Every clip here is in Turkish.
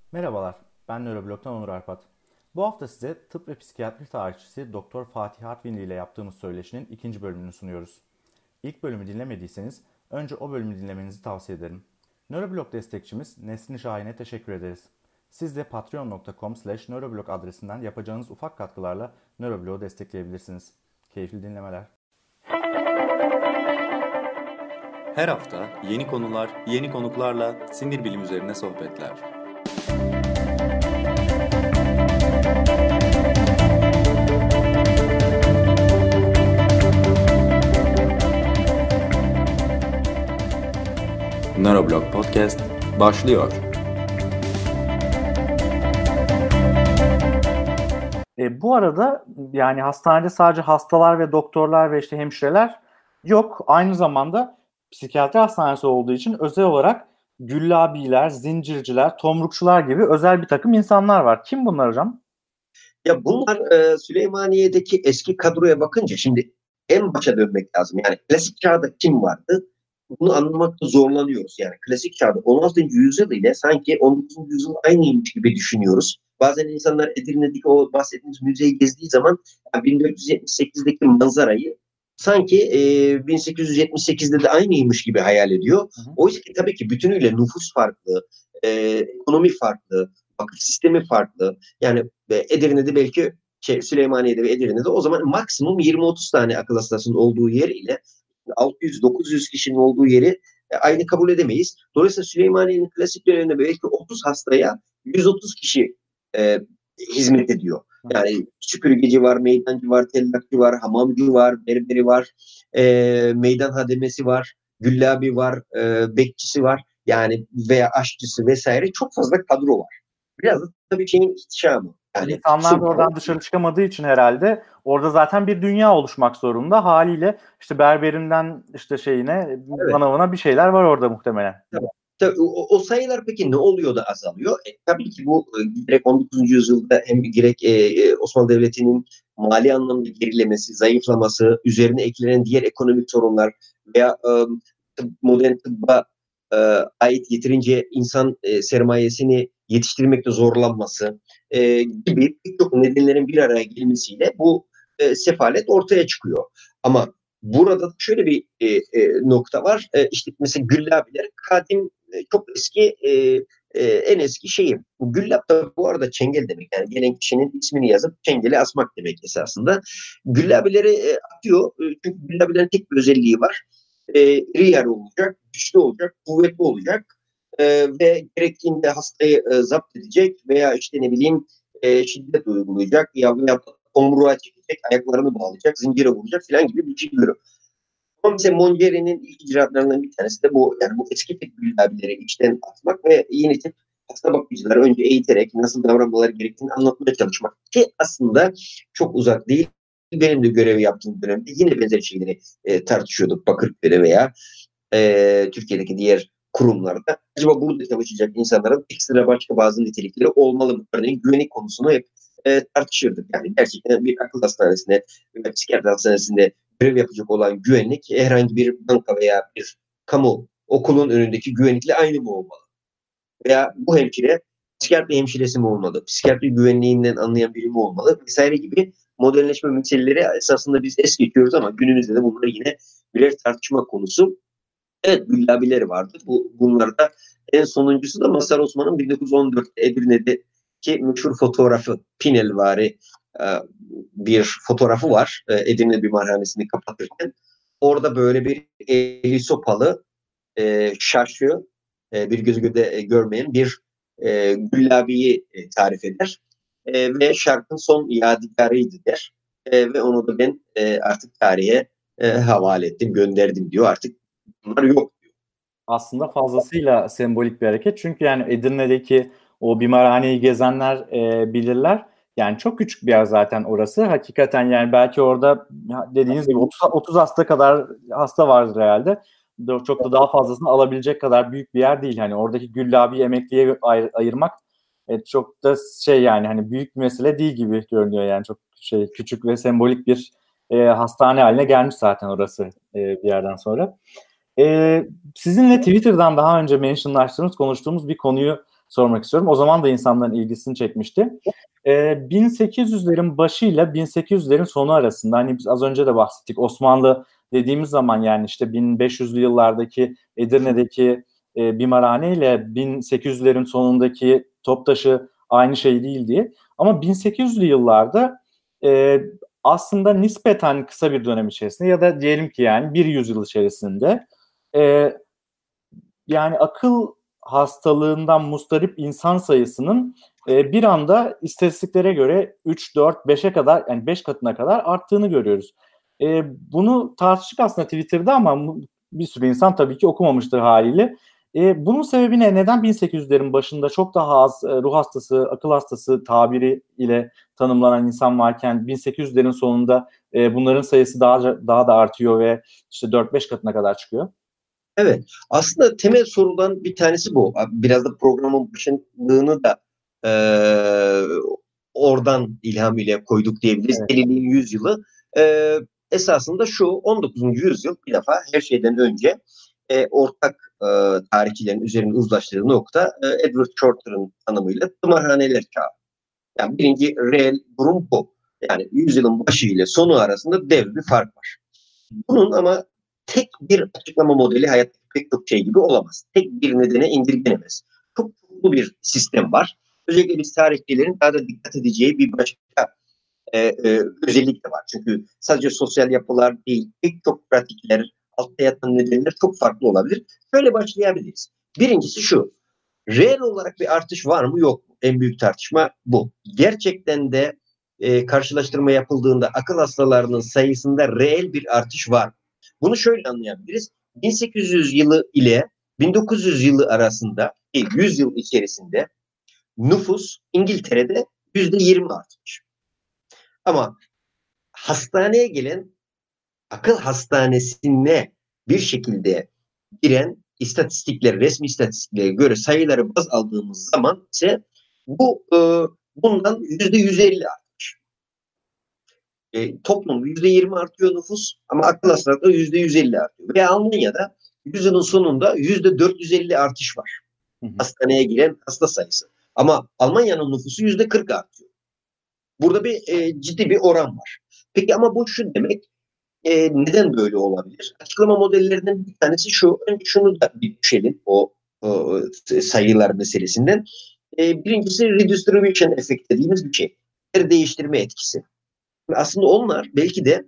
Merhabalar, ben Nöroblog'dan Onur Arpat. Bu hafta size tıp ve psikiyatri tarihçisi Doktor Fatih Artvinli ile yaptığımız söyleşinin ikinci bölümünü sunuyoruz. İlk bölümü dinlemediyseniz önce o bölümü dinlemenizi tavsiye ederim. Nöroblog destekçimiz Nesrin Şahin'e teşekkür ederiz. Siz de patreon.com/nöroblog adresinden yapacağınız ufak katkılarla Nöroblog'u destekleyebilirsiniz. Keyifli dinlemeler. Her hafta yeni konular, yeni konuklarla sinir bilim üzerine sohbetler. Nöroblog Podcast başlıyor. Bu arada yani hastanede sadece hastalar ve doktorlar ve işte hemşireler yok. Aynı zamanda psikiyatri hastanesi olduğu için özel olarak güllabiler, zincirciler, tomrukçular gibi özel bir takım insanlar var. Kim bunlar hocam? Ya bunlar Süleymaniye'deki eski kadroya bakınca şimdi en başa dönmek lazım. Yani klasik çağda kim vardı? Bunu anlamakta zorlanıyoruz. Yani klasik çağda 16. yüzyıl ile sanki 19. yüzyıl aynıymış gibi düşünüyoruz. Bazen insanlar Edirne'deki o bahsettiğimiz müzeyi gezdiği zaman yani 1478'deki manzarayı sanki 1878'de de aynıymış gibi hayal ediyor. Oysa ki tabii ki bütünüyle nüfus farklı, ekonomi farklı, vakıf sistemi farklı. Yani Edirne'de belki Süleymaniye'de ve Edirne'de o zaman maksimum 20-30 tane akıl hastanesinin olduğu yer ile 600-900 kişinin olduğu yeri aynı kabul edemeyiz. Dolayısıyla Süleymaniye'nin klasik döneminde belki 30 hastaya 130 kişi hizmet ediyor. Yani süpürgeci var, meydancı var, tellakçı var, hamamcı var, berberi var, meydan hademesi var, güllabi var, bekçisi var. Yani veya aşçısı vesaire çok fazla kadro var. Biraz da tabii şeyin ihtişamı. Yani İnsanlar da oradan dışarı çıkamadığı için herhalde orada zaten bir dünya oluşmak zorunda. Haliyle işte berberinden işte şeyine, manavına bir şeyler var orada muhtemelen. Tabii, o sayılar peki ne oluyor da azalıyor? Tabii ki bu gerek 19. yüzyılda hem gerek Osmanlı Devleti'nin mali anlamda gerilemesi, zayıflaması, üzerine eklenen diğer ekonomik sorunlar veya modern tıbba ait yeterince insan sermayesini yetiştirmekte zorlanması gibi birçok nedenlerin bir araya gelmesiyle bu sefalet ortaya çıkıyor. Ama burada şöyle bir nokta var. İşte mesela güllabiler kadim çok eski en eski şeyi. Güllab da bu arada çengel demek. Yani gelen kişinin ismini yazıp çengeli asmak demek esasında. Güllabileri atıyor. Çünkü güllabilerin tek bir özelliği var. İri yarı olacak, güçlü olacak, kuvvetli olacak ve gerektiğinde hastayı zapt edecek veya işte ne bileyim şiddet uygulayacak veya omruğa çekecek, ayaklarını bağlayacak, zincire vuracak falan gibi bir şey görüyor. Ama mesela Mongeri'nin ilk icraatlarından bir tanesi de bu. Yani bu eski tip güllabileri içten atmak ve yeni tip hasta bakıcıları önce eğiterek nasıl davranmaları gerektiğini anlatmaya çalışmak. Ki aslında çok uzak değil. Benim de görevi yaptığım dönemde yine benzer şeyleri tartışıyorduk Bakırköy'de veya Türkiye'deki diğer kurumlarda. Acaba burada çalışacak insanların ekstra başka bazı nitelikleri olmalı mı? Örneğin güvenlik konusunu hep tartışırdık. Yani gerçekten bir akıl hastanesinde veya psikiyatri hastanesinde görev yapacak olan güvenlik herhangi bir banka veya bir kamu okulun önündeki güvenlikle aynı mı olmalı? Veya bu hemşire psikiyatri hemşiresi mi olmalı? Psikiyatri güvenliğinden anlayan biri mi olmalı? Vesaire gibi modernleşme meseleleri esasında biz es geçiyoruz ama günümüzde de bunlar yine birer tartışma konusu. Evet, güllabileri vardı. Bunlarda en sonuncusu da Mazhar Osman'ın 1914'te Edirne'deki meşhur fotoğrafı, Pinelvari bir fotoğrafı var. Edirne Bimarhanesi'ni kapatırken. Orada böyle bir eli sopalı, şaşı, bir gözü göde görmeyen bir güllabiyi tarif eder. Ve şarkın son yadigarıydı der. Ve onu da ben artık tarihe havale ettim, gönderdim diyor. Artık bunlar yok. Aslında fazlasıyla sembolik bir hareket. Çünkü yani Edirne'deki o bimarhaneyi gezenler bilirler. Yani çok küçük bir yer zaten orası. Hakikaten yani belki orada dediğiniz gibi 30 hasta kadar hasta vardır herhalde. Çok da daha fazlasını alabilecek kadar büyük bir yer değil. Hani oradaki Güllabi'yi emekliye ayırmak çok da şey yani hani büyük bir mesele değil gibi görünüyor yani çok şey küçük ve sembolik bir hastane haline gelmiş zaten orası bir yerden sonra. Sizinle Twitter'dan daha önce mentionlaştığımız, konuştuğumuz bir konuyu sormak istiyorum. O zaman da insanların ilgisini çekmişti. 1800'lerin başıyla 1800'lerin sonu arasında, hani biz az önce de bahsettik, Osmanlı dediğimiz zaman yani işte 1500'lü yıllardaki Edirne'deki bimarhane ile 1800'lerin sonundaki Toptaşı aynı şey değil diye. Ama 1800'lü yıllarda aslında nispeten kısa bir dönem içerisinde ya da diyelim ki yani bir yüzyıl içerisinde yani akıl hastalığından mustarip insan sayısının bir anda istatistiklere göre 3, 4, 5'e kadar, yani 5 katına kadar arttığını görüyoruz. Bunu tartıştık aslında Twitter'da ama bir sürü insan tabii ki okumamıştır haliyle. Bunun sebebi ne? Neden 1800'lerin başında çok daha az ruh hastası, akıl hastası tabiri ile tanımlanan insan varken 1800'lerin sonunda bunların sayısı daha da artıyor ve işte 4-5 katına kadar çıkıyor? Evet. Aslında temel sorulan bir tanesi bu. Biraz da programın başlığını da oradan ilham ile koyduk diyebiliriz. Evet. Deliliğin yüzyılı. Esasında şu 19. yüzyıl bir defa her şeyden önce ortak tarihçilerin üzerinde uzlaştığı nokta Edward Shorter'ın tanımıyla tımarhaneler çağı. Yani birinci reel durum bu. Yani yüzyılın başı ile sonu arasında dev bir fark var. Bunun ama tek bir açıklama modeli hayatta pek çok şey gibi olamaz. Tek bir nedene indirgenemez. Çok çoklu bir sistem var. Özellikle biz tarihçilerin daha da dikkat edeceği bir başka özellik de var. Çünkü sadece sosyal yapılar değil, pek çok pratikler, altta yatan nedenler çok farklı olabilir. Şöyle başlayabiliriz. Birincisi şu. Reel olarak bir artış var mı yok mu? En büyük tartışma bu. Gerçekten de karşılaştırma yapıldığında akıl hastalarının sayısında reel bir artış var. Bunu şöyle anlayabiliriz. 1800 yılı ile 1900 yılı arasında 100 yıl içerisinde nüfus İngiltere'de %20 artmış. Ama hastaneye gelen, akıl hastanesine bir şekilde giren istatistikler, resmi istatistiklere göre sayıları baz aldığımız zaman ise bu bundan %150 artmış. Toplum %20 artıyor nüfus ama akıl hastalıkları %150 artıyor. Ve Almanya'da yüzyılın sonunda %450 artış var. Hastaneye giren hasta sayısı. Ama Almanya'nın nüfusu %40 artıyor. Burada bir ciddi bir oran var. Peki ama bu şu demek, neden böyle olabilir? Açıklama modellerinden bir tanesi şu. Önce şunu da bir düşelim o sayılar meselesinden. Birincisi redistribution efekt dediğimiz bir şey. Yer değiştirme etkisi. Aslında onlar belki de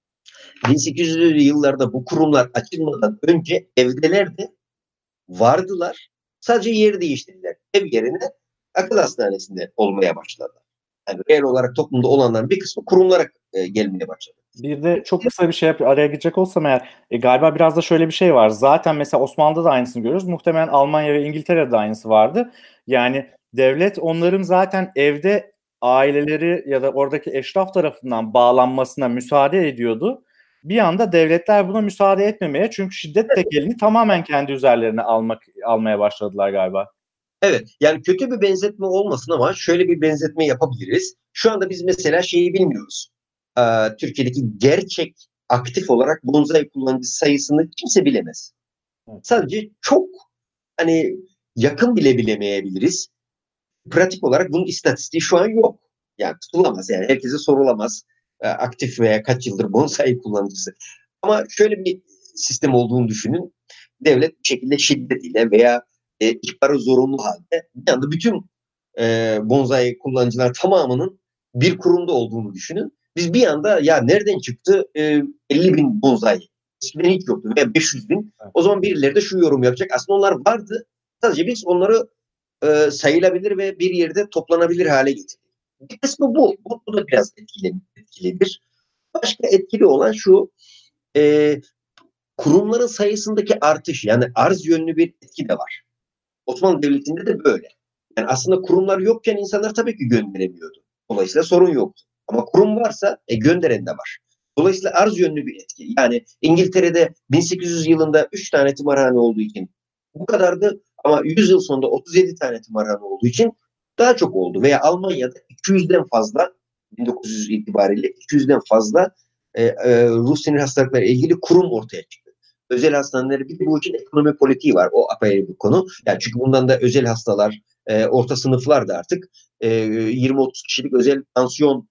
1800'lü yıllarda bu kurumlar açılmadan önce evdelerde vardılar. Sadece yer değiştirdiler. Ev yerine akıl hastanesinde olmaya başladı. Yani reel olarak toplumda olanların bir kısmı kurumlara gelmeye başladı. Bir de çok kısa bir şey araya girecek olsam eğer, galiba biraz da şöyle bir şey var. Zaten mesela Osmanlı'da da aynısını görüyoruz. Muhtemelen Almanya ve İngiltere'de de aynısı vardı. Yani devlet onların zaten evde aileleri ya da oradaki eşraf tarafından bağlanmasına müsaade ediyordu. Bir anda devletler buna müsaade etmemeye, çünkü şiddet tekelini tamamen kendi üzerlerine almaya başladılar galiba. Evet, yani kötü bir benzetme olmasın ama şöyle bir benzetme yapabiliriz. Şu anda biz mesela şeyi bilmiyoruz. Türkiye'deki gerçek aktif olarak bonsai kullanıcı sayısını kimse bilemez. Sadece çok hani yakın bile bilemeyebiliriz. Pratik olarak bunun istatistiği şu an yok. Yani tutulamaz, yani herkese sorulamaz. Aktif veya kaç yıldır bonsai kullanıcısı. Ama şöyle bir sistem olduğunu düşünün. Devlet bir şekilde şiddetiyle veya ihbarı zorunlu halde bir anda bütün bonsai kullanıcılar tamamının bir kurumda olduğunu düşünün. Biz bir anda ya nereden çıktı 50 bin bonsai? Eskiden hiç yoktu veya 500 bin. O zaman birileri de şu yorum yapacak. Aslında onlar vardı. Sadece biz onları sayılabilir ve bir yerde toplanabilir hale getirdik. Bir kısmı bu. Bu da biraz etkilidir. Başka etkili olan şu, kurumların sayısındaki artış, yani arz yönlü bir etki de var. Osmanlı Devleti'nde de böyle. Yani aslında kurumlar yokken insanlar tabii ki gönderemiyordu. Dolayısıyla sorun yoktu. Ama kurum varsa gönderen de var. Dolayısıyla arz yönlü bir etki. Yani İngiltere'de 1800 yılında 3 tane tımarhane olduğu için bu kadardı ama 100 yıl sonunda 37 tane tımarhane olduğu için daha çok oldu. Veya Almanya'da 200'den fazla 1900 itibariyle 200'den fazla ruh sinir hastalıkları ile ilgili kurum ortaya çıktı. Özel hastaneleri, bir de bu için ekonomi politiği var. O apayrı bir konu. Yani çünkü bundan da özel hastalar orta sınıflar da artık 20-30 kişilik özel pansiyon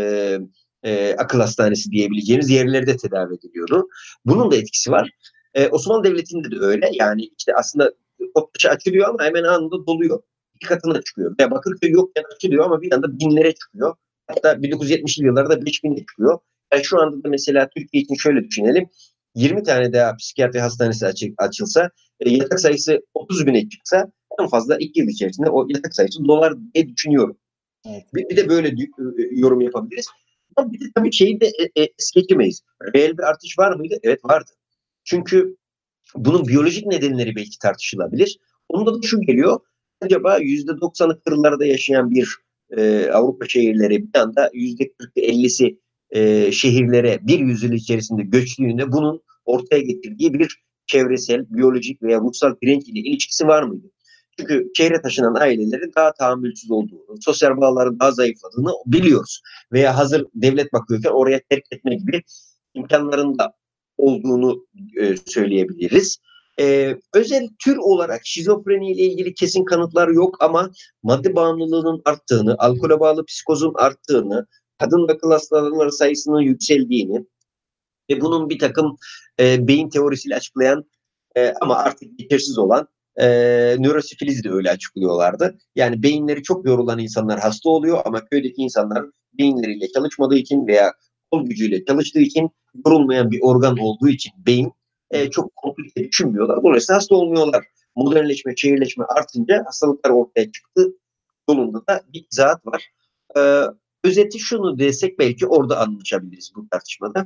akıl hastanesi diyebileceğimiz yerlerde tedavi ediliyordu. Bunun da etkisi var. Osmanlı Devleti'nde de öyle. Yani işte aslında Toptaşı açılıyor ama hemen anında doluyor. 2 katına çıkıyor. Ve Bakırköy yokken açılıyor ama bir anda binlere çıkıyor. Hatta 1970'li yıllarda 5000'e çıkıyor. Yani şu anda da mesela Türkiye için şöyle düşünelim. 20 tane daha psikiyatri hastanesi açılsa, yatak sayısı 30 bine çıksa en fazla 2 yıl içerisinde o yatak sayısı dolar diye düşünüyorum. Evet. Bir de böyle yorum yapabiliriz. Ama bir de tabii şeyi de es geçemeyiz. Reel bir artış var mıydı? Evet, vardı. Çünkü bunun biyolojik nedenleri belki tartışılabilir. Onda da şu geliyor. Acaba %90'ı kırlarda yaşayan bir Avrupa şehirleri bir anda %40-50'si şehirlere bir yüzyıl içerisinde göçtüğünde bunun ortaya getirdiği bir çevresel, biyolojik veya ruhsal direnç ile ilişkisi var mıydı? Çünkü şehre taşınan ailelerin daha tahammülsüz olduğunu, sosyal bağların daha zayıfladığını biliyoruz. Veya hazır devlet bakıyorken oraya terk etme gibi imkanların da olduğunu söyleyebiliriz. Özel tür olarak şizofreni ile ilgili kesin kanıtlar yok ama madde bağımlılığının arttığını, alkole bağlı psikozun arttığını, kadın akıl hastaları sayısının yükseldiğini ve bunun bir takım beyin teorisiyle açıklayan ama artık geçersiz olan nörosifilizi de öyle açıklıyorlardı. Yani beyinleri çok yorulan insanlar hasta oluyor ama köydeki insanlar beyinleriyle çalışmadığı için veya kol gücüyle çalıştığı için yorulmayan bir organ olduğu için beyin çok komplike düşünmüyorlar. Dolayısıyla hasta olmuyorlar. Modernleşme, şehirleşme artınca hastalıklar ortaya çıktı. Yolunda da bir izahat var. Özeti şunu desek belki orada anlaşabiliriz bu tartışmada.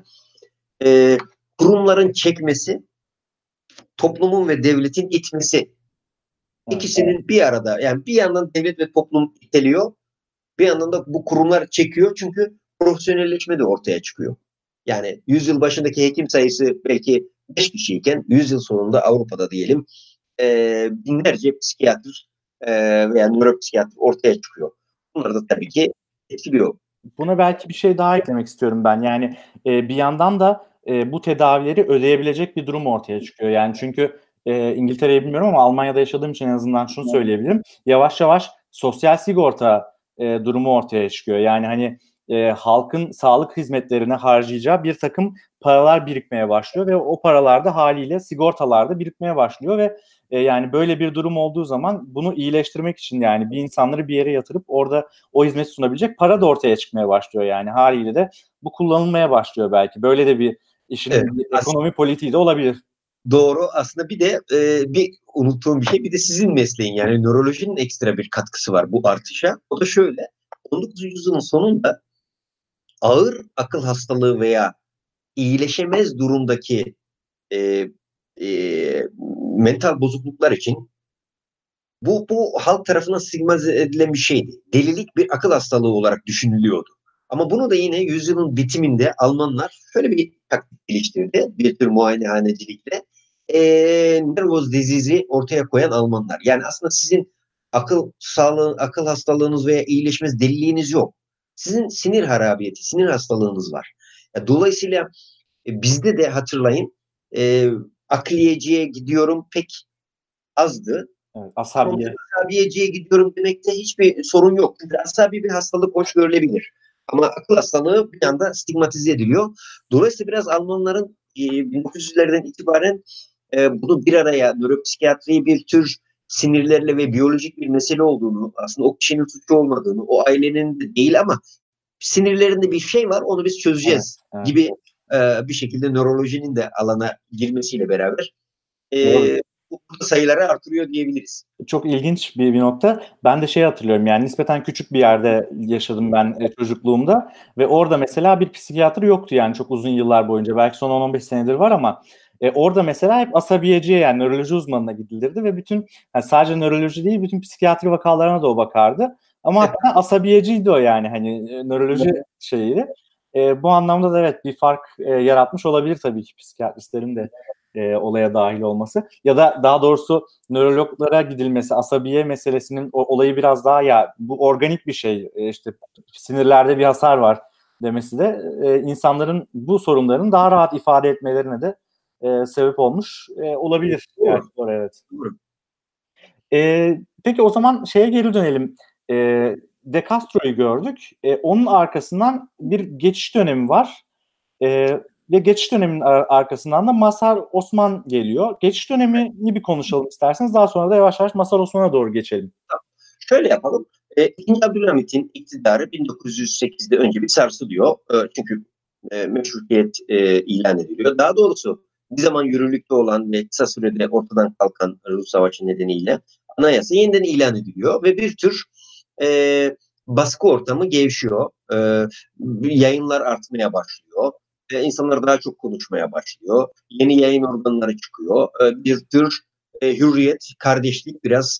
Kurumların çekmesi, toplumun ve devletin itmesi. İkisinin bir arada, yani bir yandan devlet ve toplum iteliyor, bir yandan da bu kurumlar çekiyor çünkü profesyonelleşme de ortaya çıkıyor. Yani 100 yıl başındaki hekim sayısı belki 5 kişiyken 100 yıl sonunda Avrupa'da diyelim binlerce psikiyatr veya nöropsikiyatr ortaya çıkıyor. Bunlar da tabii ki etkiliyor. Buna belki bir şey daha eklemek istiyorum ben. Yani bir yandan da bu tedavileri ödeyebilecek bir durum ortaya çıkıyor. Yani çünkü İngiltere'yi bilmiyorum ama Almanya'da yaşadığım için en azından şunu söyleyebilirim. Yavaş yavaş sosyal sigorta durumu ortaya çıkıyor. Yani hani halkın sağlık hizmetlerine harcayacağı bir takım paralar birikmeye başlıyor ve o paralar da haliyle sigortalarda birikmeye başlıyor ve yani böyle bir durum olduğu zaman bunu iyileştirmek için yani bir insanları bir yere yatırıp orada o hizmeti sunabilecek para da ortaya çıkmaya başlıyor yani haliyle de bu kullanılmaya başlıyor belki. Böyle de bir işin Evet, bir ekonomi politiği de olabilir. doğru. Aslında bir de bir unuttuğum bir şey, bir de sizin mesleğin yani nörolojinin ekstra bir katkısı var bu artışa. O da şöyle: 19. yüzyılın sonunda ağır akıl hastalığı veya iyileşemez durumdaki e, mental bozukluklar için bu halk tarafından stigmatize edilen bir şeydi. Delilik bir akıl hastalığı olarak düşünülüyordu. Ama bunu da yine yüzyılın bitiminde Almanlar şöyle bir taktik geliştirdi. Bir tür muayenehanecilikle. Nervoz disease'i ortaya koyan Almanlar. Yani aslında sizin akıl sağlığı, akıl hastalığınız veya iyileşmez deliliğiniz yok. Sizin sinir harabiyeti, sinir hastalığınız var. Dolayısıyla bizde de hatırlayın, akliyeciye gidiyorum pek azdı. Evet, asabiye. Asabiyeciye gidiyorum demekte hiçbir sorun yok. Çünkü asabi bir hastalık hoş görülebilir. Ama akıl hastalığı bir anda stigmatize ediliyor. Dolayısıyla biraz Almanların 1900'lerden itibaren bunu bir araya, nöropsikiyatriyi bir tür sinirlerle ve biyolojik bir mesele olduğunu, aslında o kişinin suçu olmadığını, o ailenin de değil ama sinirlerinde bir şey var, onu biz çözeceğiz Evet. gibi bir şekilde nörolojinin de alana girmesiyle beraber Doğru. bu sayıları artırıyor diyebiliriz. Çok ilginç bir nokta. Ben de hatırlıyorum yani nispeten küçük bir yerde yaşadım ben çocukluğumda ve orada mesela bir psikiyatr yoktu yani çok uzun yıllar boyunca. Belki son 10-15 senedir var ama orada mesela hep asabiyeciye yani nöroloji uzmanına gidilirdi ve bütün yani sadece nöroloji değil bütün psikiyatri vakalarına da o bakardı. Ama hatta asabiyeciydi o yani hani nöroloji şeyi. Bu anlamda da evet bir fark yaratmış olabilir tabii ki psikiyatristlerin de olaya dahil olması ya da daha doğrusu nörologlara gidilmesi, asabiye meselesinin olayı biraz daha ya bu organik bir şey işte sinirlerde bir hasar var demesi de insanların bu sorunların daha rahat ifade etmelerine de sebep olmuş olabilir. Doğru. Yani, doğru evet. Doğru. Peki o zaman şeye geri dönelim. De Castro'yu gördük. Onun arkasından bir geçiş dönemi var. Ve geçiş döneminin arkasından da Mazhar Osman geliyor. Geçiş dönemini bir konuşalım isterseniz. Daha sonra da yavaş yavaş Mazhar Osman'a doğru geçelim. Şöyle yapalım. İkinci Abdülhamit'in iktidarı 1908'de önce bir sarsılıyor. Çünkü meşrutiyet ilan ediliyor. Daha doğrusu bir zaman yürürlükte olan ve kısa sürede ortadan kalkan Rus Savaşı nedeniyle anayasa yeniden ilan ediliyor ve bir tür baskı ortamı gevşiyor. Yayınlar artmaya başlıyor. İnsanlar daha çok konuşmaya başlıyor. Yeni yayın organları çıkıyor. Bir tür hürriyet, kardeşlik biraz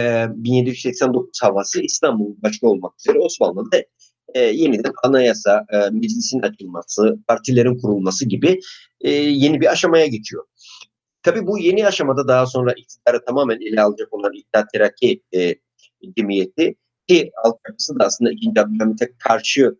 1789 havası İstanbul başta olmak üzere Osmanlı'da yeniden anayasa, meclisin açılması, partilerin kurulması gibi yeni bir aşamaya geçiyor. Tabii bu yeni aşamada daha sonra iktidarı tamamen ele alacak olan İttihat Terakki cemiyeti ki alt yapısı da aslında 2. Abdülhamit'e karşı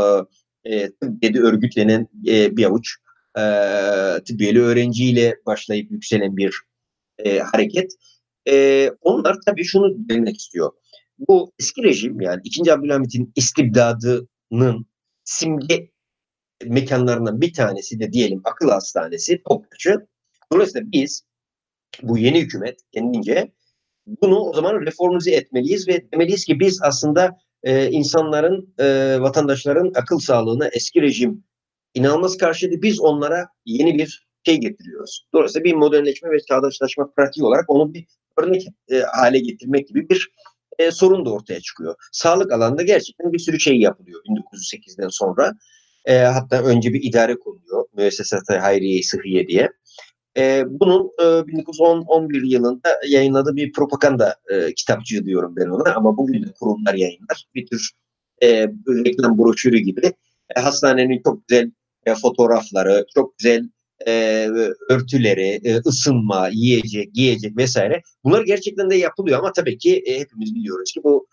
tıbbiyede örgütlenen bir avuç tıbbiyeli öğrenciyle başlayıp yükselen bir hareket. Onlar tabii şunu demek istiyor. Bu eski rejim yani 2. Abdülhamit'in istibdadının simge mekanlarından bir tanesi de diyelim akıl hastanesi, Topbaşı. Dolayısıyla biz bu yeni hükümet kendince bunu o zaman reformize etmeliyiz ve demeliyiz ki biz aslında insanların, vatandaşların akıl sağlığına eski rejim inanılmaz karşıydı. Biz onlara yeni bir şey getiriyoruz. Dolayısıyla bir modernleşme ve çağdaşlaşma pratiği olarak onu bir örnek hale getirmek gibi bir sorun da ortaya çıkıyor. Sağlık alanında gerçekten bir sürü şey yapılıyor 1908'den sonra. Hatta önce bir idare kuruluyor. Müessesat-ı Hayriye-i Sıhhiye diye. Bunun 1910-11 yılında yayınladığı bir propaganda kitapçığı diyorum ben ona ama bugün de kurumlar yayınlar. Bir tür reklam broşürü gibi. Hastanenin çok güzel fotoğrafları, çok güzel örtüleri, ısınma, yiyecek, giyecek vesaire. Bunlar gerçekten de yapılıyor ama tabii ki hepimiz biliyoruz ki bu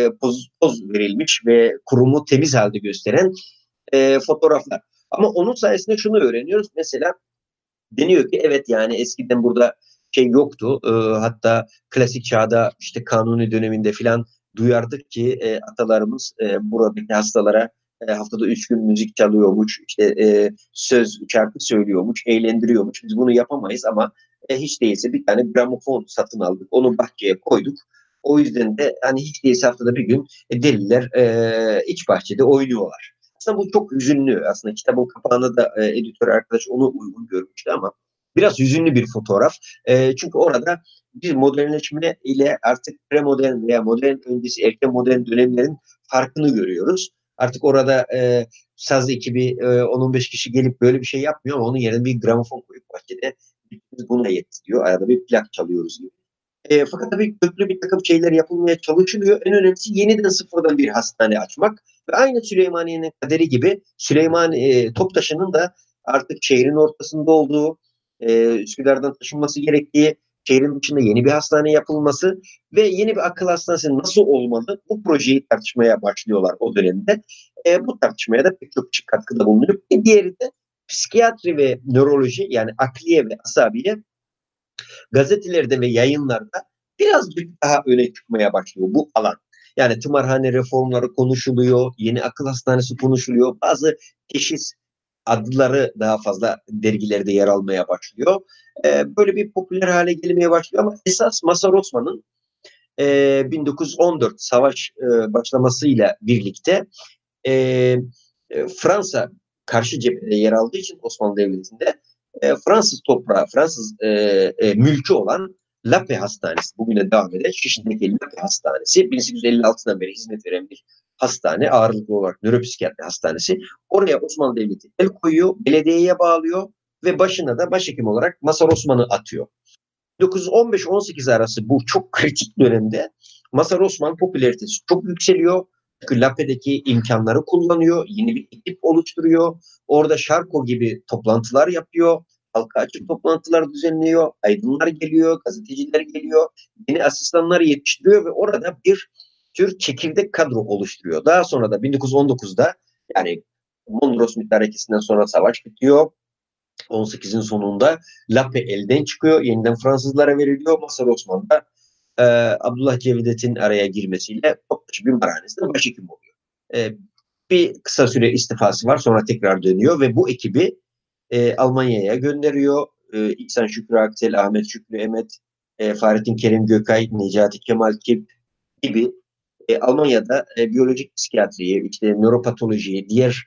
poz verilmiş ve kurumu temiz halde gösteren fotoğraflar. Ama onun sayesinde şunu öğreniyoruz. Mesela deniyor ki evet yani eskiden burada şey yoktu. Hatta klasik çağda işte Kanuni döneminde filan duyardık ki atalarımız buradaki hastalara haftada 3 gün müzik çalıyormuş, işte söz, şarkı söylüyormuş, eğlendiriyormuş. Biz bunu yapamayız ama hiç değilse bir tane gramofon satın aldık. Onu bahçeye koyduk. O yüzden de hani hiç değilse haftada bir gün deliler iç bahçede oynuyorlar. Aslında bu çok hüzünlü. Aslında kitabın kapağında da editör arkadaş onu uygun görmüştü ama biraz hüzünlü bir fotoğraf. Çünkü orada bir modernleşme ile artık premodern veya modern öncesi erken modern dönemlerin farkını görüyoruz. Artık orada saz ekibi 10-15 kişi gelip böyle bir şey yapmıyor ama onun yerine bir gramofon koyup bahçede biz buna yetti diyor. Arada bir plak çalıyoruz gibi. Fakat tabii köklü bir takım şeyler yapılmaya çalışılıyor. En önemlisi yeniden sıfırdan bir hastane açmak. Ve aynı Süleymaniye'nin kaderi gibi Toptaşı'nın da artık şehrin ortasında olduğu, Üsküdar'dan taşınması gerektiği, şehrin dışında yeni bir hastane yapılması ve yeni bir akıl hastanesi nasıl olmalı bu projeyi tartışmaya başlıyorlar o dönemde. Bu tartışmaya da pek çok katkıda bulunuyor. Diğeri de psikiyatri ve nöroloji yani akliye ve asabiye gazetelerde ve yayınlarda birazcık daha öne çıkmaya başlıyor bu alan. Yani tımarhane reformları konuşuluyor, yeni akıl hastanesi konuşuluyor, bazı teşhis adları daha fazla dergilerde yer almaya başlıyor. Böyle bir popüler hale gelmeye başlıyor ama esas Mazhar Osman'ın 1914 savaş başlamasıyla birlikte Fransa karşı cephede yer aldığı için Osmanlı Devleti'nde Fransız toprağı, Fransız mülkü olan Lape Hastanesi, bugüne devam eden Şişli'deki Lape Hastanesi, 1856'dan beri hizmet veren bir hastane, ağırlıklı olarak nöropsikiyatri hastanesi. Oraya Osmanlı Devleti el koyuyor, belediyeye bağlıyor ve başına da başhekim olarak Mazhar Osman'ı atıyor. 1915-18 arası bu çok kritik dönemde Mazhar Osman popülaritesi çok yükseliyor. Çünkü Lape'deki imkanları kullanıyor, yeni bir ekip oluşturuyor. Orada Şarko gibi toplantılar yapıyor. Halka açık toplantılar düzenliyor. Aydınlar geliyor, gazeteciler geliyor. Yeni asistanlar yetiştiriyor ve orada bir tür çekirdek kadro oluşturuyor. Daha sonra da 1919'da yani Mondros Mütarekesi'nden sonra savaş bitiyor. 18'in sonunda Lape elden çıkıyor. Yeniden Fransızlara veriliyor. Mazhar Osman da Abdullah Cevdet'in araya girmesiyle Toptaşı Bimarhanesi'nde başhekim oluyor. Bir kısa süre istifası var, sonra tekrar dönüyor ve bu ekibi Almanya'ya gönderiyor. İhsan Şükrü Aksel, Ahmet Şükrü Emet, Fahrettin Kerim Gökay, Necati Kemal Kip gibi Almanya'da biyolojik psikiyatriyi, işte nöropatolojiyi, diğer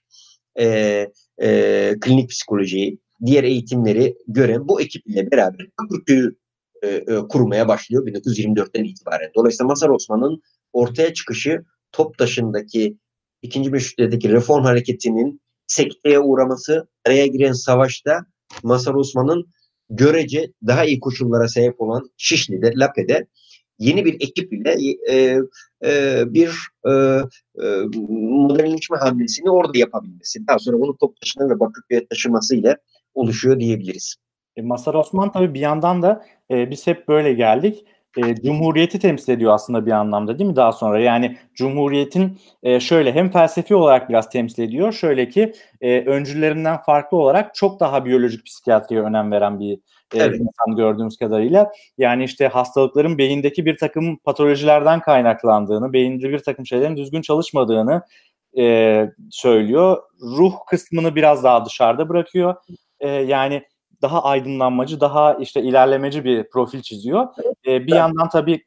klinik psikolojiyi, diğer eğitimleri gören bu ekip ile beraber Bakırköy'ü kurmaya başlıyor 1924'ten itibaren. Dolayısıyla Mazhar Osman'ın ortaya çıkışı Toptaşı'ndaki ikinci Meşrutiye'deki reform hareketinin sekteye uğraması, araya giren savaşta Mazhar Osman'ın görece daha iyi koşullara sahip olan Şişli'de, Lape'de yeni bir ekip ile bir modernleşme hamlesini orada yapabilmesi. Daha sonra bunu Toptaşı'na ve Bakırköy'e taşımasıyla oluşuyor diyebiliriz. Mazhar Osman tabii bir yandan da biz hep böyle geldik. Cumhuriyeti temsil ediyor aslında bir anlamda, değil mi daha sonra? Yani Cumhuriyet'in şöyle hem felsefi olarak biraz temsil ediyor. Şöyle ki öncülerinden farklı olarak çok daha biyolojik psikiyatriye önem veren bir Evet. insan gördüğümüz kadarıyla. Yani işte hastalıkların beyindeki bir takım patolojilerden kaynaklandığını, beyinde bir takım şeylerin düzgün çalışmadığını söylüyor. Ruh kısmını biraz daha dışarıda bırakıyor. Yani daha aydınlanmacı, daha işte ilerlemeci bir profil çiziyor. Bir yandan tabii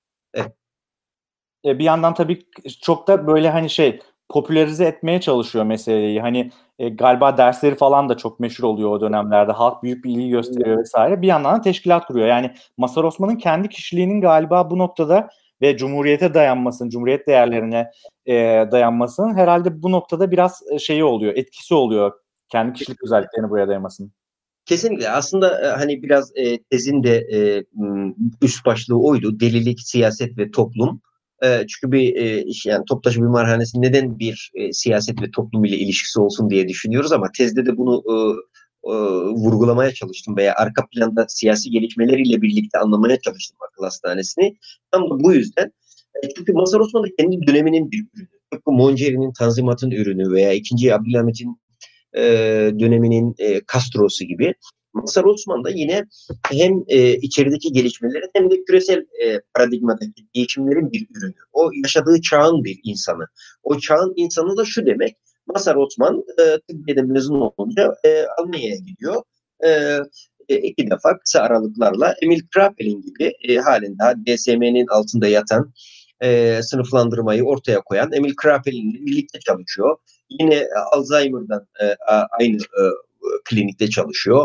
bir yandan tabii çok da böyle hani popülerize etmeye çalışıyor meseleyi. Hani galiba dersleri falan da çok meşhur oluyor o dönemlerde. Halk büyük bir ilgi gösteriyor vesaire. Bir yandan da teşkilat kuruyor. Yani Mazhar Osman'ın kendi kişiliğinin galiba bu noktada ve Cumhuriyete dayanmasının, Cumhuriyet değerlerine dayanmasının herhalde bu noktada biraz şeyi oluyor, etkisi oluyor. Kendi kişilik özelliklerini buraya dayamasının. Kesinlikle. Aslında hani biraz tezin de üst başlığı oydu. Delilik, siyaset ve toplum. Çünkü bir yani Toptaşı Bimarhanesi neden bir siyaset ve toplum ile ilişkisi olsun diye düşünüyoruz ama tezde de bunu vurgulamaya çalıştım veya arka planda siyasi gelişmeleriyle birlikte anlamaya çalıştım akıl hastanesini. Tam da bu yüzden. Çünkü Mazhar Osman da kendi döneminin bir ürünü. Tıpkı Monceri'nin Tanzimat'ın ürünü veya 2. Abdülhamit'in döneminin Castro'su gibi. Mazhar Osman da yine hem içerideki gelişmelerin hem de küresel paradigmadaki değişimlerin bir ürünü. O yaşadığı çağın bir insanı. O çağın insanı da şu demek. Mazhar Osman tıbbiyeden mezun olunca Almanya'ya gidiyor. 2 defa kısa aralıklarla Emil Kraepelin gibi halen daha DSM'nin altında yatan sınıflandırmayı ortaya koyan Emil Kraepelin ile birlikte çalışıyor. Yine Alzheimer'dan aynı klinikte çalışıyor.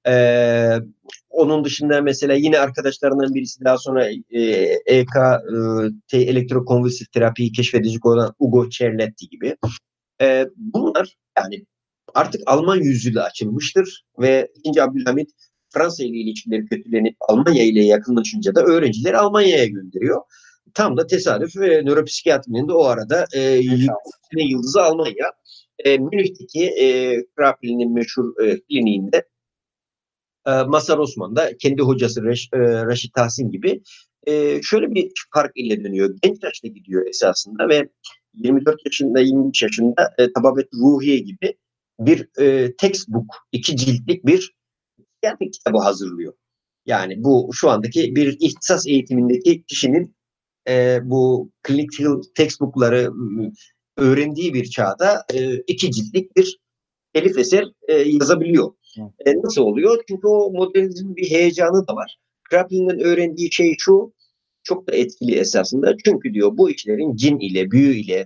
Onun dışında mesela yine arkadaşlarından birisi daha sonra EK elektrokonvulsif terapiyi keşfedecek olan Ugo Cerletti gibi. Bunlar yani artık Alman yüzüyle açılmıştır ve 2. Abdülhamit Fransa ile ilişkileri kötülenip Almanya ile yakınlaşınca da öğrencileri Almanya'ya gönderiyor. Tam da tesadüf ve nöropsikiyatrinin de o arada yıldızı Almanya. Münih'teki Krapelin'in meşhur kliniğinde Mazhar Osman da kendi hocası Reşit Tahsin gibi şöyle bir fark ile dönüyor. Genç yaşta gidiyor esasında ve 24 yaşında, 23 yaşında Tababet Ruhiye gibi bir textbook, 2 ciltlik bir psikiyatri kitabı hazırlıyor. Yani bu şu andaki bir ihtisas eğitimindeki kişinin bu clinical textbookları öğrendiği bir çağda 2 ciltlik bir elif eser yazabiliyor. Nasıl oluyor? Çünkü o modernizmin bir heyecanı da var. Kraplin'in öğrendiği şey şu, çok da etkili esasında. Çünkü diyor bu işlerin cin ile, büyü ile,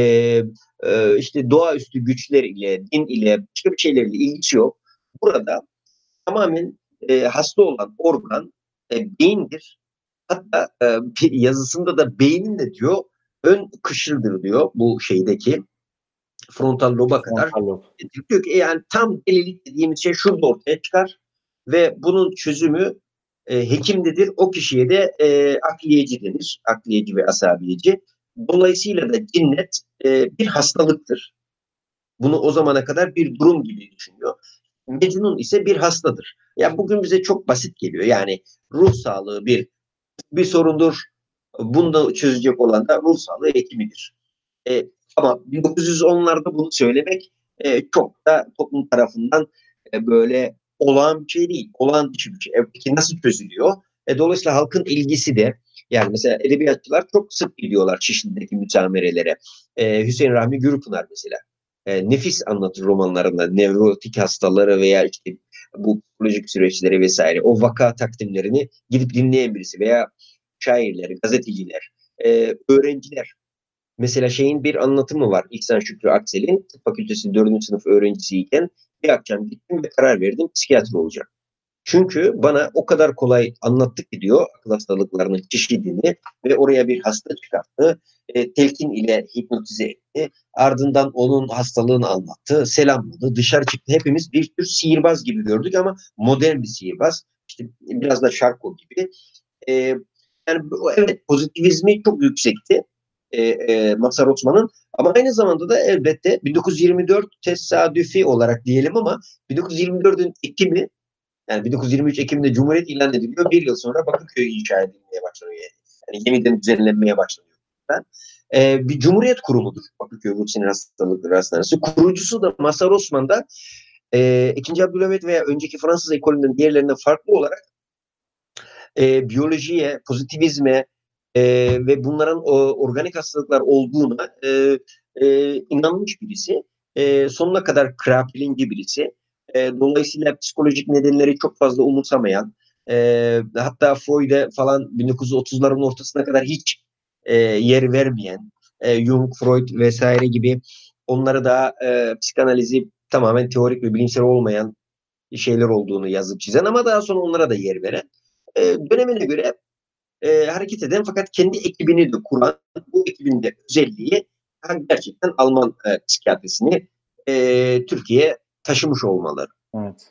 işte doğaüstü güçler ile, din ile, başka bir şeylerle ilgisi yok. Burada tamamen hasta olan organ beyindir. Hatta yazısında da beynin de diyor ön kışıldır diyor bu şeydeki frontal loba kadar. Diyor ki yani tam delilik dediğimiz şey şurada ortaya çıkar ve bunun çözümü hekimdedir. O kişiye de akliyeci denir. Akliyeci ve asabiyeci. Dolayısıyla da cinnet bir hastalıktır. Bunu o zamana kadar bir durum gibi düşünüyor. Mecnun ise bir hastadır. Ya bugün bize çok basit geliyor. Yani ruh sağlığı bir sorundur. Bunu da çözecek olan da ruh sağlığı hekimidir. Ama 1910'larda bunu söylemek çok da toplum tarafından böyle olağan bir şey değil. Olağan dışı bir şey. Peki nasıl çözülüyor? Dolayısıyla halkın ilgisi de Yani mesela edebiyatçılar çok sık gidiyorlar Şişli'deki müsamerelere. Hüseyin Rahmi Gürpınar mesela. Nefis anlatır romanlarında nevrotik hastaları veya işte bu psikolojik süreçleri vesaire. O vaka takdimlerini gidip dinleyen birisi veya şairler, gazeteciler, öğrenciler. Mesela şeyin bir anlatımı var. İhsan Şükrü Aksel'in tıp fakültesi 4. sınıf öğrencisiyken bir akşam gittim ve karar verdim psikiyatri olacağım. Çünkü bana o kadar kolay anlattı ki diyor akıl hastalıklarının çeşidini ve oraya bir hasta çıkarttı. Telkin ile hipnotize etti. Ardından onun hastalığını anlattı. Selamladı. Dışarı çıktı. Hepimiz bir tür sihirbaz gibi gördük ama modern bir sihirbaz. İşte biraz da Şarko gibi. E, Yani evet pozitivizmi çok yüksekti. Mazhar Osman'ın ama aynı zamanda da elbette 1924 tesadüfi olarak diyelim ama 1924'ün Ekim'i yani 1923 Ekim'de Cumhuriyet ilan ediliyor. Bir yıl sonra Bakırköy inşa edilmeye başlanıyor. Yani yeniden düzenlenmeye başlanıyor. Bir Cumhuriyet kurumudur Bakırköy Ruh Sinir Hastalıkları Hastanesi. Kurucusu da Mazhar Osman da 2. Abdülhamit veya önceki Fransız ekolünden diğerlerinden farklı olarak biyolojiye, pozitivizme ve bunların organik hastalıklar olduğuna inanmış birisi. Sonuna kadar krapilinci birisi. Dolayısıyla psikolojik nedenleri çok fazla umursamayan, hatta Freud'e falan 1930'ların ortasına kadar hiç yer vermeyen, Jung, Freud vesaire gibi onları da psikanalizi tamamen teorik ve bilimsel olmayan şeyler olduğunu yazıp çizen ama daha sonra onlara da yer veren, dönemine göre hareket eden fakat kendi ekibini de kuran, bu ekibin de özelliği gerçekten Alman psikiyatrisini Türkiye'ye taşımış olmaları. Evet.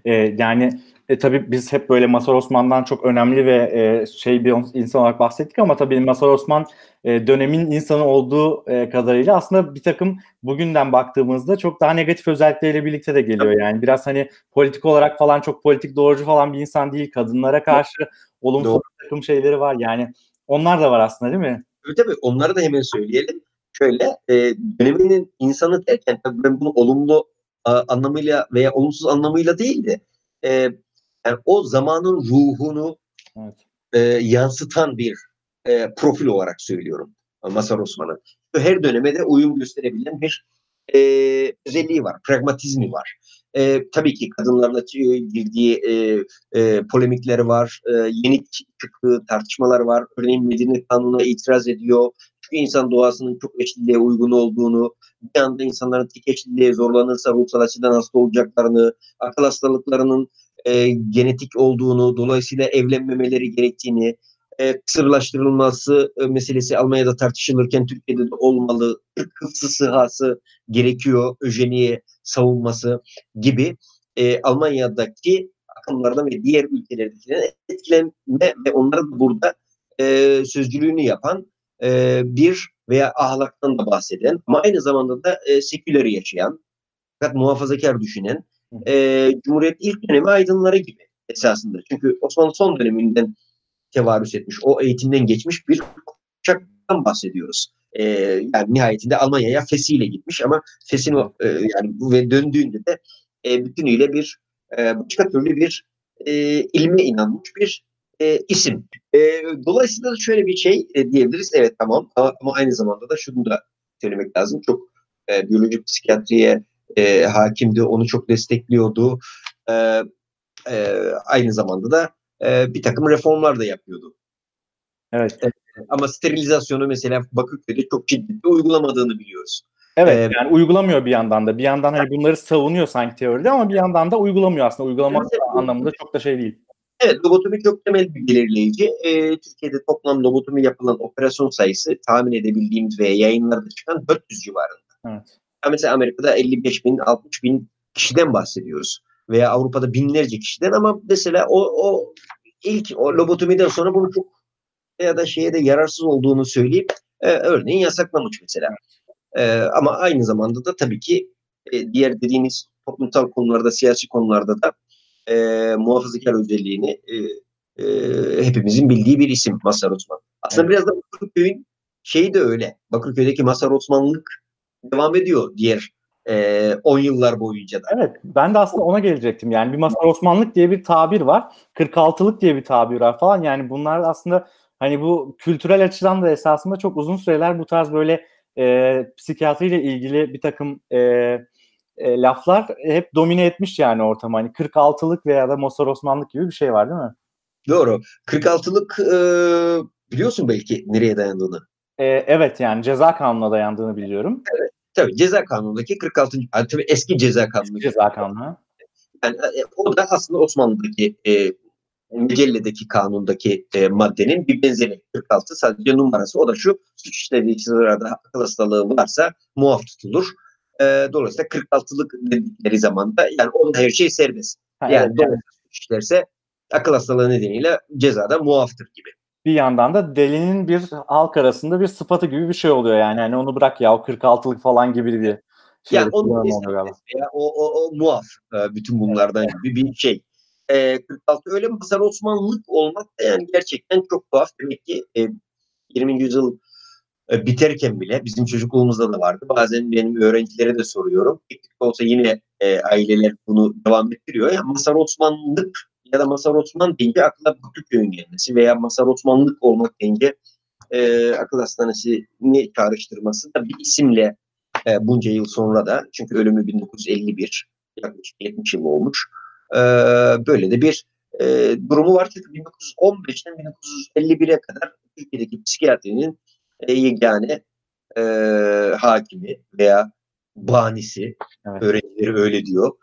Yani tabii biz hep böyle Mazhar Osman'dan çok önemli ve bir insan olarak bahsettik ama tabii Mazhar Osman dönemin insanı olduğu kadarıyla aslında bir takım bugünden baktığımızda çok daha negatif özellikleriyle birlikte de geliyor. Yani biraz hani politik olarak falan çok politik doğrucu falan bir insan değil. Kadınlara karşı olumsuz bir takım şeyleri var. Yani onlar da var aslında değil mi? Tabii onları da hemen söyleyelim. Şöyle döneminin insanı derken tabii ben bunu olumlu anlamıyla veya olumsuz anlamıyla değil de yani o zamanın ruhunu Evet. Yansıtan bir profil olarak söylüyorum Mazhar Osman'ın. Her döneme de uyum gösterebilen bir özelliği var, pragmatizmi var. Tabii ki kadınlarla girdiği polemikleri var, yeni çıktığı tartışmalar var. Örneğin Medine Kanunu'na itiraz ediyor. Çünkü insan doğasının çok eşliliğe uygun olduğunu, bir anda insanların tek eşliliğe zorlanırsa ruhsal açıdan hasta olacaklarını, akıl hastalıklarının genetik olduğunu, dolayısıyla evlenmemeleri gerektiğini, kısırlaştırılması meselesi Almanya'da tartışılırken Türkiye'de de olmalı, hıfzı sıhhası gerekiyor, öjeniye savunması gibi Almanya'daki akımlardan ve diğer ülkelerdekilerden etkilenme ve onların burada sözcülüğünü yapan bir veya ahlaktan da bahseden ama aynı zamanda da seküler yaşayan fakat muhafazakar düşünen Cumhuriyet ilk dönemi aydınları gibi esasında. Çünkü Osmanlı son döneminden tevarüs etmiş, o eğitimden geçmiş bir kuşaktan bahsediyoruz. Yani nihayetinde Almanya'ya fesiyle gitmiş ama fesin yani ve döndüğünde de bütünüyle bir başka türlü bir ilme inanmış bir isim. Dolayısıyla şöyle bir şey diyebiliriz. Evet tamam ama aynı zamanda da şunu da söylemek lazım. Çok biyolojik psikiyatriye hakimdi, onu çok destekliyordu. Aynı zamanda da bir takım reformlar da yapıyordu. Evet. Ama sterilizasyonu mesela Bakırköy'de çok ciddi uygulamadığını biliyoruz. Evet, yani uygulamıyor bir yandan da. Bir yandan hani bunları savunuyor sanki teoride ama bir yandan da uygulamıyor aslında. Uygulamak anlamında çok da şey değil. Evet, lobotomi çok temel bir belirleyici. Türkiye'de toplam lobotomi yapılan operasyon sayısı tahmin edebildiğimiz ve yayınlarda çıkan 400 civarında. Evet. Mesela Amerika'da 55 bin, 60 bin kişiden bahsediyoruz. Veya Avrupa'da binlerce kişiden ama mesela o ilk o lobotomiden sonra bunu çok ya da şeye de yararsız olduğunu söyleyip örneğin yasaklamış mesela. Ama aynı zamanda da tabii ki diğer dediğiniz toplumsal konularda, siyasi konularda da muhafazakar özelliğini hepimizin bildiği bir isim Mazhar Osman. Aslında biraz da Bakırköy'ün şeyi de öyle. Bakırköy'deki Mazhar Osmanlık devam ediyor diğer 10 yıllar boyunca da. Evet, ben de aslında ona gelecektim. Yani bir Mazhar Osmanlık diye bir tabir var. 46'lık diye bir tabir var falan. Yani bunlar aslında Hani bu kültürel açıdan da esasında çok uzun süreler bu tarz böyle psikiyatriyle ilgili bir takım laflar hep domine etmiş yani ortamı. Hani 46'lık veya da Mazhar Osmanlık gibi bir şey var değil mi? Doğru. 46'lık biliyorsun belki nereye dayandığını. Evet, yani ceza kanununa dayandığını biliyorum. Tabii ceza kanunundaki 46. Tabii eski ceza Eski kanunundaki ceza kanunu. yani, o da aslında Osmanlı'daki Mecelle'deki kanundaki maddenin bir benzeri. 46 sadece numarası. O da şu: suç işlediği sırada akıl hastalığı varsa muaf tutulur. Dolayısıyla 46'lık dedikleri zaman da yani onda her şey serbest. Ha, evet, Yani yani dolayısıyla suç işlerse akıl hastalığı nedeniyle cezada muaftır gibi. bir yandan da delinin bir halk arasında bir sıfatı gibi bir şey oluyor yani. Hani onu bırak ya, o 46'lık falan gibi bir Ya şeyde onun kullanım oluyor galiba. serbest veya o muaf bütün bunlardan gibi bir şey. 46 öyle Mazhar Osmanlık olmak da yani gerçekten çok tuhaf. Demek ki 20. yüzyıl biterken bile bizim çocukluğumuzda da vardı. Bazen benim öğrencilere de soruyorum. Teknik olsa yine aileler bunu devam ettiriyor. Yani Mazhar Osmanlık ya da Mazhar Osman deyince akla Bakırköy'ün gelmesi veya Mazhar Osmanlık olmak deyince akıl hastanesini çağrıştırması da bir isimle bunca yıl sonra da, çünkü ölümü 1951, yaklaşık 70 yıl olmuş. Böyle de bir durumu var. Çünkü 1915'ten 1951'e kadar Türkiye'deki psikiyatrinin yegane e, hakimi veya banisi, Evet. öğrencileri öyle diyor,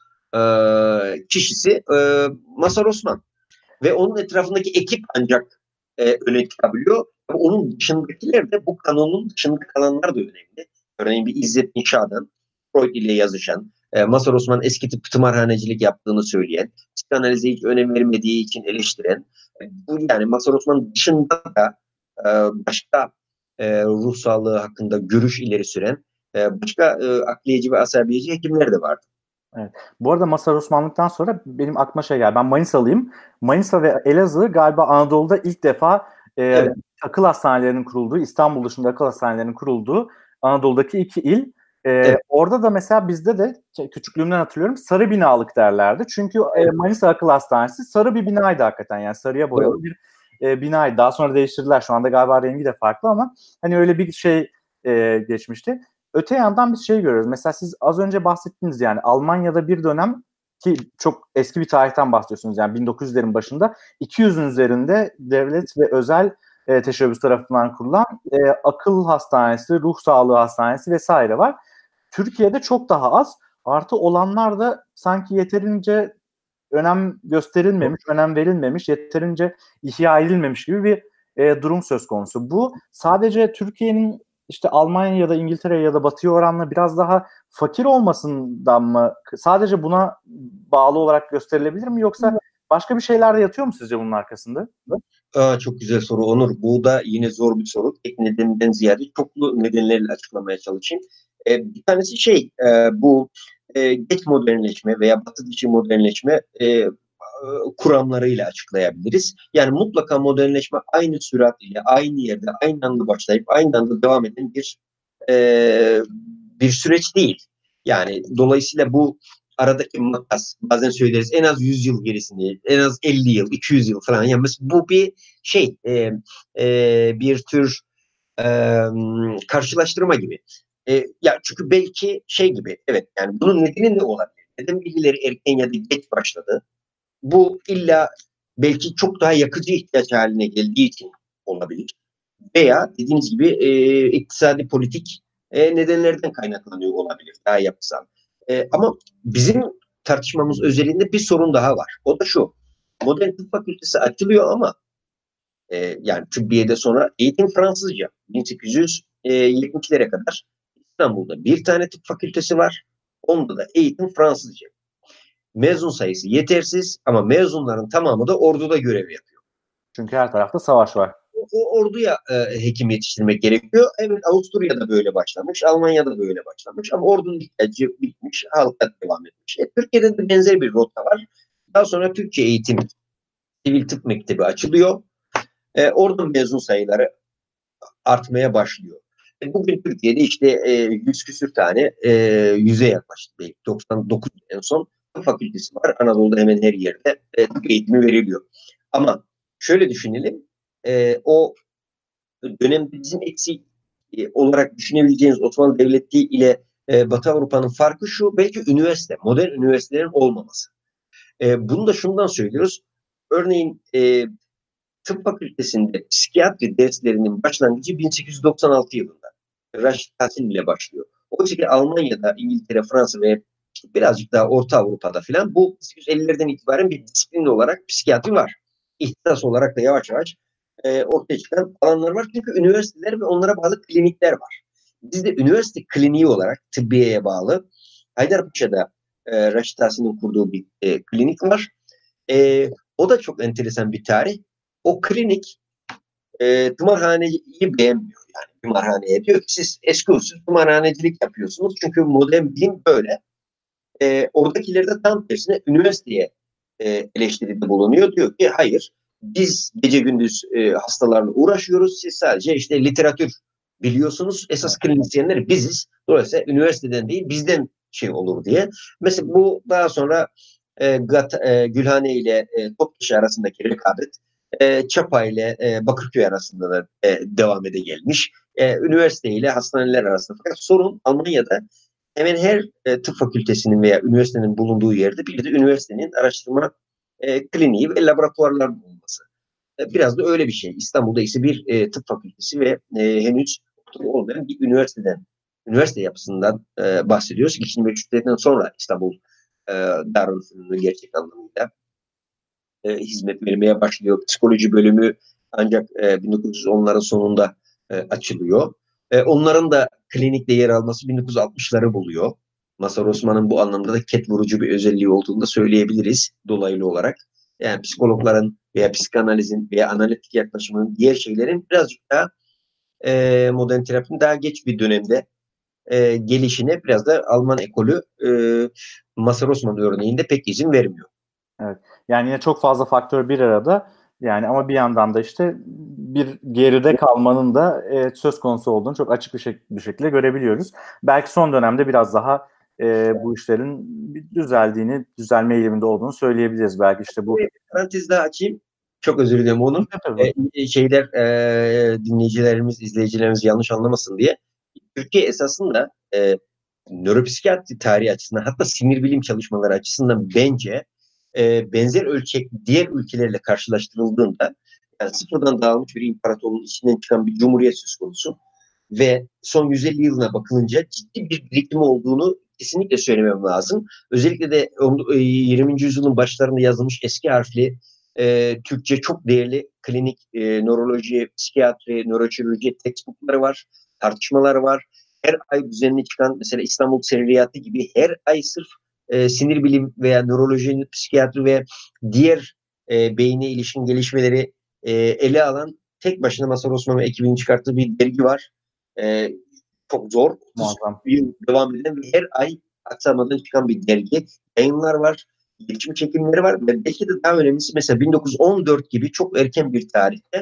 kişisi Mazhar Osman. Ve onun etrafındaki ekip ancak öne çıkabiliyor. Ama onun dışındakiler de, bu kanunun dışında kalanlar da önemli. Örneğin bir İzzet Nişan'ın Freud ile yazışan, Mazhar Osman eski tip tımarhanecilik yaptığını söyleyen, psikanalize hiç önem vermediği için eleştiren, bu yani Mazhar Osman dışında da e, başka ruh sağlığı hakkında görüş ileri süren başka akliyeci ve asabiyeci hekimler de vardı. Evet. Bu arada Mazhar Osmanlık'tan sonra benim aklıma şey geldi. Ben Manisalıyım. Manisa ve Elazığ galiba Anadolu'da ilk defa Evet, akıl hastanelerinin kurulduğu, İstanbul dışında akıl hastanelerinin kurulduğu Anadolu'daki iki il. evet, Orada da mesela bizde de küçüklüğümden hatırlıyorum, sarı binalık derlerdi. Çünkü evet. Manisa Akıl Hastanesi sarı bir binaydı hakikaten. Yani sarıya Doğru. boyalı bir binaydı. Daha sonra değiştirdiler. Şu anda galiba rengi de farklı ama hani öyle bir şey geçmişti. Öte yandan biz şey görüyoruz. Mesela siz az önce bahsettiniz, yani Almanya'da bir dönem, ki çok eski bir tarihten bahsediyorsunuz, yani 1900'lerin başında 200'ün üzerinde devlet ve özel teşebbüs tarafından kurulan akıl hastanesi, ruh sağlığı hastanesi vesaire var. Türkiye'de çok daha az. Artı olanlar da sanki yeterince önem gösterilmemiş, önem verilmemiş, yeterince ihya edilmemiş gibi bir durum söz konusu. Bu sadece Türkiye'nin işte Almanya ya da İngiltere ya da Batı'ya oranla biraz daha fakir olmasından mı, sadece buna bağlı olarak gösterilebilir mi, yoksa başka bir şeyler de yatıyor mu sizce bunun arkasında? Çok güzel soru Onur. Bu da yine zor bir soru. Tek nedeninden ziyade çoklu nedenlerle açıklamaya çalışayım. Bir tanesi bu geç modernleşme veya batı dışı modernleşme kuramlarıyla açıklayabiliriz. Yani mutlaka modernleşme aynı sürat ile, aynı yerde, aynı anda başlayıp aynı anda devam eden e, bir süreç değil. Yani dolayısıyla bu aradaki makas, bazen söyleriz en az 100 yıl gerisini, en az 50 yıl, 200 yıl falan. Yani bu bir bir tür e, karşılaştırma gibi. Ya çünkü belki gibi, evet, yani bunun nedeni ne olabilir? Neden bilgileri erken ya da geç başladı? Bu illa belki çok daha yakıcı ihtiyaç haline geldiği için olabilir. Veya dediğiniz gibi iktisadi politik nedenlerden kaynaklanıyor olabilir. Daha yapısal. Ama bizim tartışmamız özelinde bir sorun daha var. O da şu: modern tıp fakültesi açılıyor ama yani tıbbiyede sonra eğitim Fransızca. 1870'lere kadar İstanbul'da bir tane tıp fakültesi var. Onda da eğitim Fransızca. Mezun sayısı yetersiz ama mezunların tamamı da orduda görev yapıyor. Çünkü her tarafta savaş var. O orduya hekim yetiştirmek gerekiyor. Evet, Avusturya'da böyle başlamış, Almanya'da böyle başlamış ama ordunun ihtiyacı bitmiş, halka devam etmiş. Türkiye'de de benzer bir rota var. Daha sonra Türkiye Eğitim Sivil Tıp Mektebi açılıyor. Oradan mezun sayıları artmaya başlıyor. Bugün Türkiye'de işte 100 küsür tane, 100'e yaklaştı. 99 en son tıp fakültesi var. Anadolu'da hemen her yerde tıp eğitimi veriliyor. Ama şöyle düşünelim. O dönemde bizim eksik olarak düşünebileceğiniz Osmanlı Devleti ile Batı Avrupa'nın farkı şu, belki üniversite, modern üniversitelerin olmaması. Bunu da şundan söylüyoruz. Örneğin tıp fakültesinde psikiyatri derslerinin başlangıcı 1896 yılında. Raşit Tahsin ile başlıyor. Oysa ki Almanya'da, İngiltere, Fransa ve birazcık daha Orta Avrupa'da filan bu 1850'lerden itibaren bir disiplin olarak psikiyatri var. İhtisas olarak da yavaş yavaş ortaya çıkan alanlar var. Çünkü üniversiteler ve onlara bağlı klinikler var. Bizde üniversite kliniği olarak tıbbiyeye bağlı Haydarpaşa'da Raşit Tahsin'in kurduğu bir klinik var. O da çok enteresan bir tarih. O klinik tımarhaneyi beğenmiyor. Yani tımarhaneye diyor ki siz eski usul tımarhanecilik yapıyorsunuz. Çünkü modern bilim böyle. Oradakiler de tam tersine üniversiteye eleştiride bulunuyor. Diyor ki hayır biz gece gündüz hastalarla uğraşıyoruz. Siz sadece işte literatür biliyorsunuz. Esas klinisyenler biziz. Dolayısıyla üniversiteden değil bizden şey olur diye. Mesela bu daha sonra Gülhane ile Toptaşı arasındaki rekabet Çapa ile Bakırköy arasında da devam ede gelmiş. Üniversite ile hastaneler arasında. Fakat sorun Almanya'da hemen her tıp fakültesinin veya üniversitenin bulunduğu yerde bir de üniversitenin araştırma kliniği ve laboratuvarların olması. Biraz da öyle bir şey. İstanbul'da ise bir tıp fakültesi ve henüz olmayan bir üniversite yapısından bahsediyoruz. İkinci Meşrutiyet'ten sonra İstanbul Darülfünun'u gerçek anlamıyla hizmet vermeye başlıyor. Psikoloji bölümü ancak 1910'ların sonunda açılıyor. Onların da klinikte yer alması 1960'ları buluyor. Mazhar Osman'ın bu anlamda da ket vurucu bir özelliği olduğunu da söyleyebiliriz dolaylı olarak. Yani psikologların veya psikanalizin veya analitik yaklaşımın diğer şeylerin birazcık daha modern terapinin daha geç bir dönemde gelişine biraz da Alman ekolü Mazhar Osman örneğinde pek izin vermiyor. Evet. Yani yine çok fazla faktör bir arada. Yani ama bir yandan da işte bir geride kalmanın da söz konusu olduğunu çok açık bir şekilde görebiliyoruz. Belki son dönemde biraz daha bu işlerin düzelme eğiliminde olduğunu söyleyebiliriz. Belki işte bu. Parantez daha açayım. Çok özür dilerim onu. Dinleyicilerimiz, izleyicilerimiz yanlış anlamasın diye. Türkiye esasında nöropsikiyatri tarihi açısından hatta sinir bilim çalışmaları açısından bence benzer ölçek diğer ülkelerle karşılaştırıldığında yani sıfırdan dağılmış bir imparatorluğun içinden çıkan bir cumhuriyet söz konusu ve son 150 yılına bakılınca ciddi bir birikim olduğunu kesinlikle söylemem lazım. Özellikle de 20. yüzyılın başlarında yazılmış eski harfli Türkçe çok değerli klinik nöroloji, psikiyatri, nöroçirurji textbookları var, tartışmalar var. Her ay düzenli çıkan mesela İstanbul Serriyatı gibi her ay sırf sinir bilim veya nöroloji, psikiyatri ve diğer beyne ilişkin gelişmeleri ele alan tek başına Mazhar Osman ve ekibinin çıkarttığı bir dergi var. Çok zor. 30 yıl devam eden ve her ay aksamadan çıkan bir dergi. Yayınlar var. İletişim çekimleri var. Ve belki de daha önemlisi mesela 1914 gibi çok erken bir tarihte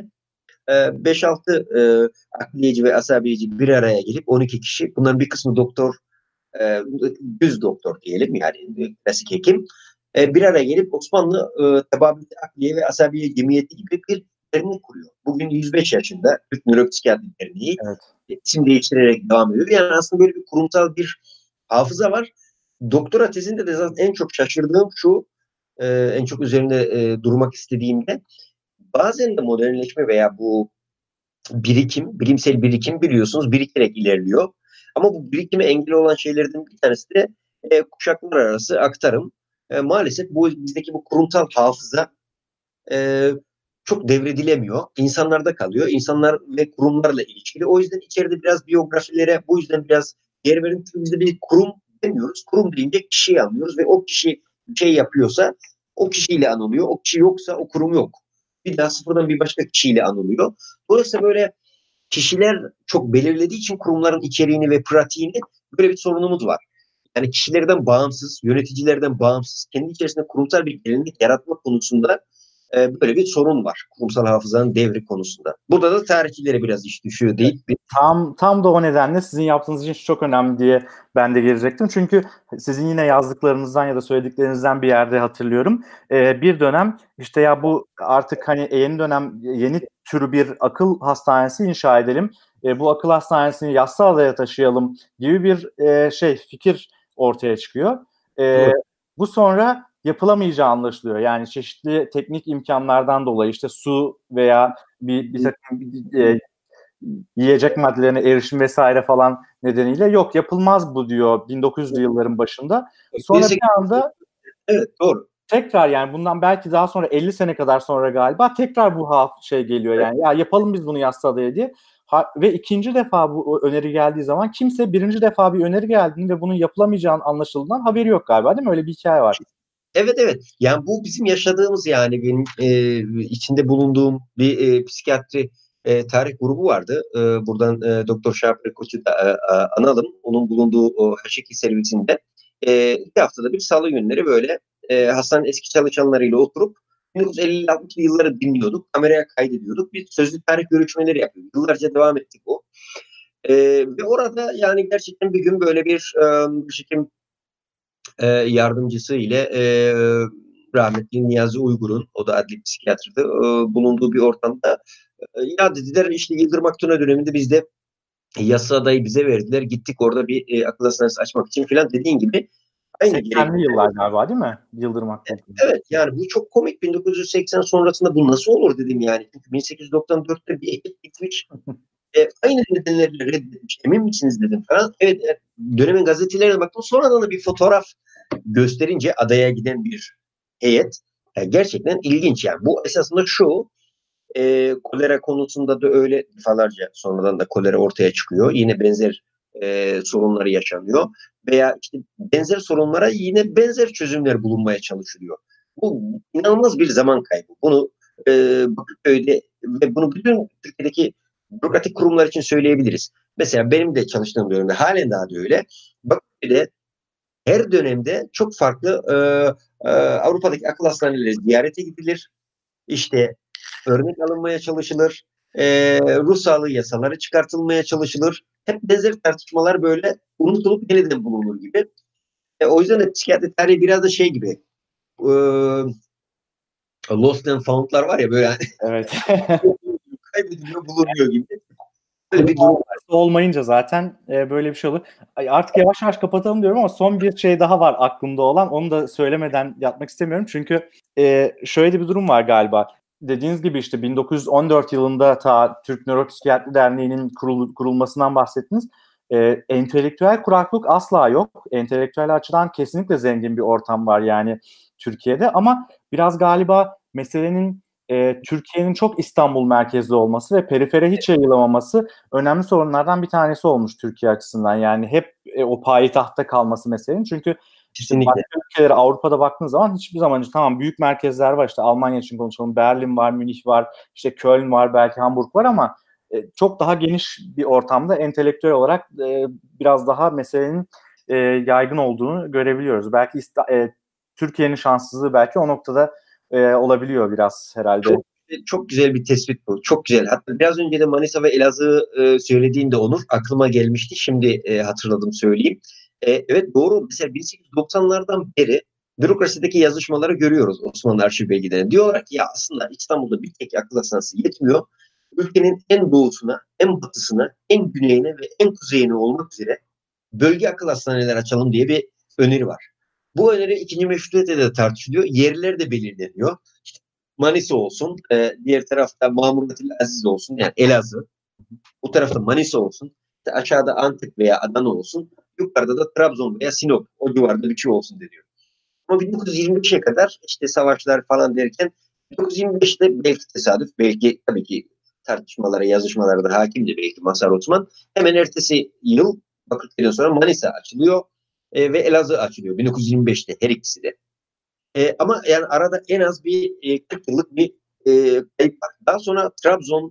5-6 akliyeci ve asabiyeci bir araya gelip 12 kişi. Bunların bir kısmı doktor, düz doktor diyelim yani klasik hekim. Bir araya gelip Osmanlı Tababit Akliye ve Asabiye Cemiyeti gibi bir dernek kuruyor. Bugün 105 yaşında Türk Nöropsikiyatri Derneği. Evet. İsim değiştirerek devam ediyor. Yani aslında böyle bir kurumsal bir hafıza var. Doktora tezinde de zaten en çok şaşırdığım şu, en çok üzerinde durmak istediğimde bazen de modernleşme veya bu birikim, bilimsel birikim biliyorsunuz birikerek ilerliyor. Ama bu birikime engel olan şeylerden bir tanesi de kuşaklar arası aktarım. Maalesef bizdeki bu kurumsal hafıza çok devredilemiyor. İnsanlarda kalıyor. İnsanlar ve kurumlarla ilişkili. O yüzden içeride biraz biyografilere bu yüzden biraz yer verin. Çünkü bizde bir kurum demiyoruz. Kurum deyince kişiyi anlıyoruz ve o kişi bir şey yapıyorsa o kişiyle anılıyor. O kişi yoksa o kurum yok. Bir daha sıfırdan bir başka kişiyle anılıyor. Dolayısıyla böyle kişiler çok belirlediği için kurumların içeriğini ve pratiğini böyle bir sorunumuz var. Yani kişilerden bağımsız, yöneticilerden bağımsız, kendi içerisinde kurumsal bir gelenek yaratma konusunda Böyle bir sorun var kurumsal hafızanın devri konusunda. Burada da tarihçilere biraz iş düşüyor deyip Tam da o nedenle sizin yaptığınız iş çok önemli diye ben de gelecektim. Çünkü sizin yine yazdıklarınızdan ya da söylediklerinizden bir yerde hatırlıyorum. Bir dönem işte ya bu artık hani yeni dönem yeni tür bir akıl hastanesi inşa edelim. Bu akıl hastanesini Yassıada'ya taşıyalım gibi bir fikir ortaya çıkıyor. Bu sonra yapılamayacağı anlaşılıyor. Yani çeşitli teknik imkanlardan dolayı işte su veya bir takım yiyecek maddelerine erişim vesaire falan nedeniyle yok yapılmaz bu diyor 1900'lü yılların başında. Sonra bir anda evet doğru. Tekrar yani bundan belki daha sonra 50 sene kadar sonra galiba tekrar bu geliyor yani ya yapalım biz bunu Yassıada'ya diye. Ve ikinci defa bu öneri geldiği zaman kimse birinci defa bir öneri geldiğini ve bunun yapılamayacağının anlaşıldığından haberi yok galiba değil mi? Öyle bir hikaye var. Evet. Yani bu bizim yaşadığımız yani benim içinde bulunduğum bir psikiyatri tarih grubu vardı. Buradan Doktor Şahap Koç'u da analım. Onun bulunduğu o H2 servisinde 2 haftada bir salı günleri böyle hastanın eski çalışanlarıyla oturup 1950-60'lı yılları dinliyorduk. Kameraya kaydediyorduk. Bir sözlü tarih görüşmeleri yapıyorduk. Yıllarca devam ettik o. Ve orada yani gerçekten bir gün böyle bir hekim yardımcısı ile rahmetli Niyazi Uygur'un, o da adli psikiyatrdı, bulunduğu bir ortamda ya dediler işte Yıldırım Aktun'a döneminde bizde yasa adayı bize verdiler. Gittik orada bir akıl hastanesi açmak için filan dediğin gibi aynı 80'li yıllar galiba değil mi? Yıldırım Aktun'un. Evet yani bu çok komik. 1980 sonrasında bu nasıl olur dedim yani. Çünkü 1894'te bir ekip gitmiş. Aynı nedenlerle reddetmiş. Emin misiniz dedim falan. Evet, dönemin gazetelerine baktım. Sonradan da bir fotoğraf gösterince adaya giden bir heyet gerçekten ilginç yani. Bu esasında şu kolera konusunda da öyle defalarca sonradan da kolera ortaya çıkıyor. Yine benzer sorunları yaşanıyor. Veya işte benzer sorunlara yine benzer çözümler bulunmaya çalışılıyor. Bu inanılmaz bir zaman kaybı. Bunu Bakırköy'de ve bunu bütün Türkiye'deki bürokratik kurumlar için söyleyebiliriz. Mesela benim de çalıştığım dönemde halen daha da öyle. Bakırköy'de her dönemde çok farklı Avrupa'daki akıl hastaneleri ziyarete gidilir. İşte örnek alınmaya çalışılır. Ruh sağlığı yasaları çıkartılmaya çalışılır. Hep benzer tartışmalar böyle unutulup yeniden bulunur gibi. O yüzden de psikiyatri tarihi biraz da şey gibi. E, Lost and Found'lar var ya böyle Evet. kaybediliyor bulunuyor gibi. Böyle bir durum var. Olmayınca zaten böyle bir şey olur. Artık yavaş yavaş kapatalım diyorum ama son bir şey daha var aklımda olan. Onu da söylemeden yatmak istemiyorum. Çünkü şöyle bir durum var galiba. Dediğiniz gibi işte 1914 yılında ta Türk Nöropsikiyatri Derneği'nin kurulmasından bahsettiniz. Entelektüel kuraklık asla yok. Entelektüel açıdan kesinlikle zengin bir ortam var yani Türkiye'de. Ama biraz galiba meselenin Türkiye'nin çok İstanbul merkezli olması ve perifere hiç yayılamaması önemli sorunlardan bir tanesi olmuş Türkiye açısından. Yani hep o payitahtta kalması meselenin. Çünkü işte başka ülkelere Avrupa'da baktığınız zaman hiçbir zaman tamam büyük merkezler var işte Almanya için konuşalım. Berlin var, Münih var, işte Köln var, belki Hamburg var ama çok daha geniş bir ortamda entelektüel olarak biraz daha meselenin yaygın olduğunu görebiliyoruz. Belki Türkiye'nin şanssızlığı belki o noktada olabiliyor biraz herhalde. Çok güzel bir tespit bu. Çok güzel. Hatta biraz önce de Manisa ve Elazığ söylediğinde Onur aklıma gelmişti. Şimdi hatırladım söyleyeyim. Evet doğru. Mesela 1890'lardan beri bürokrasideki yazışmaları görüyoruz Osmanlı arşiv belgelerinde. Diyorlar ki ya aslında İstanbul'da bir tek akıl hastanesi yetmiyor. Ülkenin en doğusuna, en batısına, en güneyine ve en kuzeyine olmak üzere bölge akıl hastaneleri açalım diye bir öneri var. Bu öneri 2. Meşrutiyet'te de tartışılıyor. Yerler de belirleniyor. İşte Manisa olsun, diğer tarafta Mamurlatil Aziz olsun, yani Elazığ. Bu tarafta Manisa olsun, işte aşağıda Antep veya Adana olsun, yukarıda da Trabzon veya Sinop, o civarda bir şey olsun deniyor. Ama 1925'e kadar işte savaşlar falan derken 1925'te belki tesadüf, belki tabii ki tartışmalara, yazışmalara da hakimdi belki Mazhar Osman. Hemen ertesi yıl Bakırköy'den sonra Manisa açılıyor ve Elazığ açılıyor 1925'te her ikisi de. Ama yani arada en az bir 40 yıllık bir kayıp var. Daha sonra Trabzon,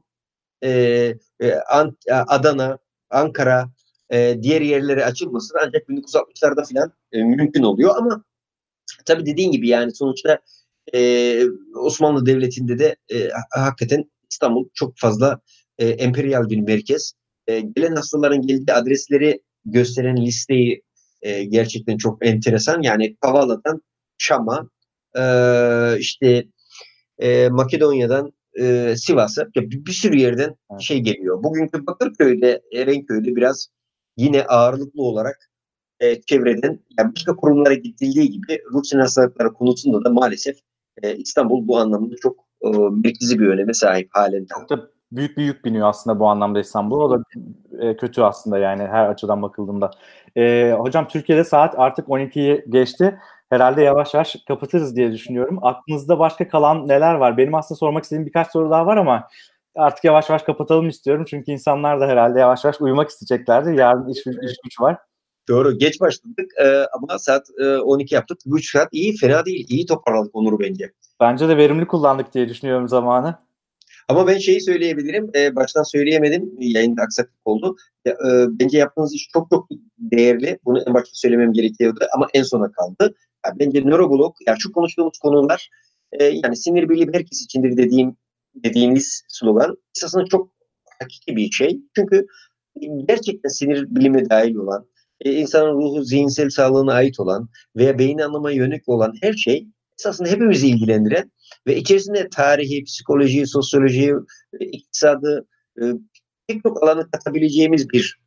Adana, Ankara, diğer yerlere açılması ancak 1960'larda falan mümkün oluyor ama tabii dediğin gibi yani sonuçta Osmanlı Devleti'nde de hakikaten İstanbul çok fazla emperyal bir merkez. Gelen hastaların geldiği adresleri gösteren listeyi gerçekten çok enteresan. Yani Kavala'dan Şam'a, işte Makedonya'dan Sivas'a, bir sürü yerden Evet. şey geliyor. Bugünkü Bakırköy'de, Erenköy'de biraz yine ağırlıklı olarak çevreden, yani başka kurumlara gidildiği gibi rutin hastalıkları konusunda da maalesef İstanbul bu anlamda çok merkezi bir öneme sahip halen daha. Çok da büyük bir yük biniyor aslında bu anlamda İstanbul'a. O da kötü aslında yani her açıdan bakıldığında. Hocam Türkiye'de saat artık 12'yi geçti. Herhalde yavaş yavaş kapatırız diye düşünüyorum. Aklınızda başka kalan neler var? Benim aslında sormak istediğim birkaç soru daha var ama artık yavaş yavaş kapatalım istiyorum. Çünkü insanlar da herhalde yavaş yavaş uyumak isteyeceklerdir. Yarın iş güç var. Doğru. Geç başladık ama saat 12 yaptık. 3 saat iyi, fena değil. İyi toparladık Onur bence. Bence de verimli kullandık diye düşünüyorum zamanı. Ama ben şeyi söyleyebilirim. Baştan söyleyemedim. Yayında aksaklık oldu. Bence yaptığınız iş çok çok değerli. Bunu en başta söylemem gerekiyordu ama en sona kaldı. Yani bence nöroblog, yani şu konuştuğumuz konular yani sinir bilimi herkes içindir dediğimiz slogan esasında çok hakiki bir şey. Çünkü gerçekten sinir bilimi dahil olan, insanın ruhu, zihinsel sağlığına ait olan veya beyin anlamaya yönelik olan her şey esasında hepimizi ilgilendiren ve içerisinde tarihi, psikolojiyi, sosyolojiyi, iktisadı, pek çok alanı katabileceğimiz bir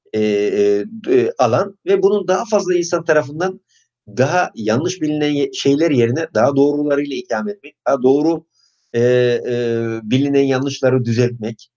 alan ve bunun daha fazla insan tarafından daha yanlış bilinen şeyler yerine daha doğrularıyla itham etmek, daha doğru bilinen yanlışları düzeltmek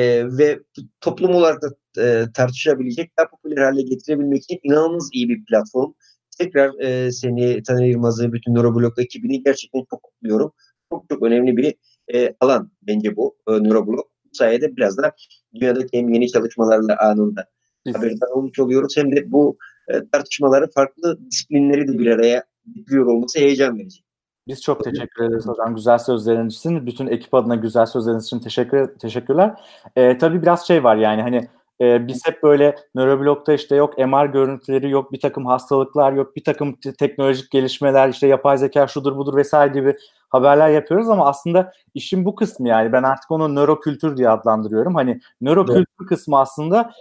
ve toplum olarak da tartışabilecek, daha popüler hale getirebilmek için inanılmaz iyi bir platform. Tekrar seni, Taner Yılmaz'ı, bütün Neuroblog ekibini gerçekten çok kutluyorum. Çok çok önemli bir alan bence bu Neuroblog. Bu sayede biraz da dünyadaki hem yeni çalışmalarla anında haberdar olmuş oluyoruz. Hem de bu tartışmaları, farklı disiplinleri de bir araya getiriyor olması heyecan verici. Biz çok teşekkür ederiz hocam güzel sözleriniz için. Bütün ekip adına güzel sözleriniz için teşekkürler. Tabii biraz şey var yani hani biz hep böyle nöroblogda işte yok MR görüntüleri, yok bir takım hastalıklar, yok bir takım teknolojik gelişmeler, işte yapay zeka şudur budur vesaire gibi haberler yapıyoruz ama aslında işin bu kısmı yani ben artık onu nörokültür diye adlandırıyorum. Hani nörokültür kısmı aslında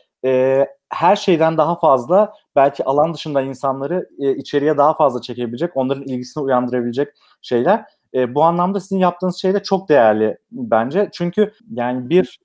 her şeyden daha fazla belki alan dışında insanları içeriye daha fazla çekebilecek, onların ilgisini uyandırabilecek şeyler. Bu anlamda sizin yaptığınız şey de çok değerli bence. Çünkü yani bir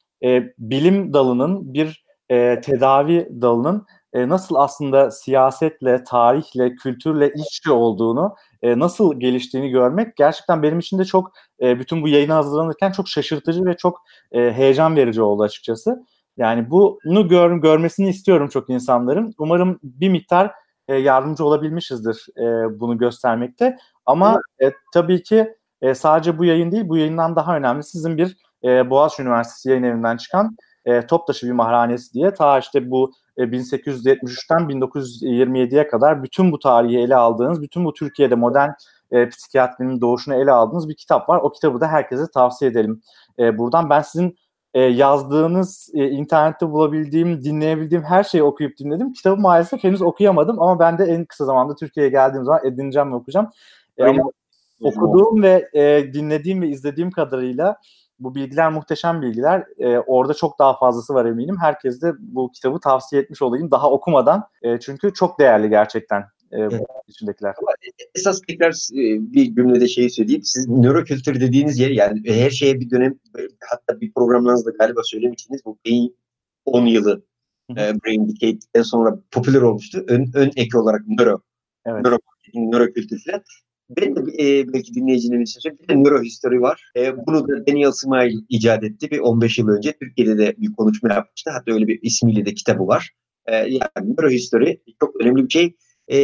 bilim dalının, bir tedavi dalının nasıl aslında siyasetle, tarihle, kültürle iç içe olduğunu, nasıl geliştiğini görmek gerçekten benim için de çok bütün bu yayına hazırlanırken çok şaşırtıcı ve çok heyecan verici oldu açıkçası. Yani bunu görmesini istiyorum çok insanların. Umarım bir miktar yardımcı olabilmişizdir bunu göstermekte. Ama tabii ki sadece bu yayın değil, bu yayından daha önemli. Sizin bir Boğaziçi Üniversitesi yayın evinden çıkan Toptaşı Bimarhanesi diye ta işte bu 1873'ten 1927'ye kadar bütün bu tarihi ele aldığınız, bütün bu Türkiye'de modern psikiyatrinin doğuşunu ele aldığınız bir kitap var. O kitabı da herkese tavsiye edelim. Buradan ben sizin yazdığınız, internette bulabildiğim, dinleyebildiğim her şeyi okuyup dinledim. Kitabı maalesef henüz okuyamadım ama ben de en kısa zamanda Türkiye'ye geldiğim zaman edineceğim ve okuyacağım. Ama okuduğum ve dinlediğim ve izlediğim kadarıyla bu bilgiler muhteşem bilgiler. Orada çok daha fazlası var eminim. Herkes de bu kitabı tavsiye etmiş olayım daha okumadan. Çünkü çok değerli gerçekten içindekiler. Ama esas tekrar bir cümlede şeyi söyleyeyim. Siz nörokültür dediğiniz yer, yani her şeye bir dönem, hatta bir programlarınızda galiba söylemiştiniz, bu beyin 10 yılı Brain Decade'den sonra popüler olmuştu. Ön eki olarak Evet. nörokültür falan. Ben de belki dinleyicilerimiz için söyleyeyim. Bir de nörohistory var. Bunu da Daniel Smile icat etti bir 15 yıl önce. Türkiye'de de bir konuşma yapmıştı. Hatta öyle bir ismiyle de kitabı var. Yani nörohistory çok önemli bir şey.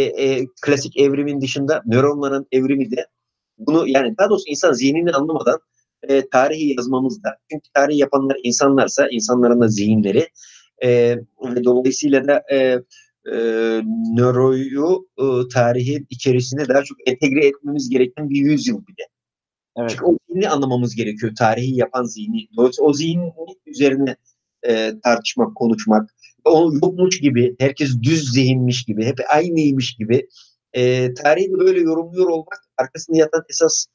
Klasik evrimin dışında nöronların evrimi de bunu, yani daha doğrusu insan zihnini anlamadan tarihi yazmamızda, çünkü tarihi yapanlar insanlarsa insanların da zihinleri ve dolayısıyla da nöroyu tarihin içerisine daha çok entegre etmemiz gereken bir yüzyıl bile. Evet. Çünkü o zihni anlamamız gerekiyor. Tarihi yapan zihni. Dolayısıyla o zihnin üzerine tartışmak, konuşmak, o yokmuş gibi, herkes düz zihinmiş gibi, hep aynıymış gibi tarihi de böyle yorumluyor olmak, arkasında yatan esas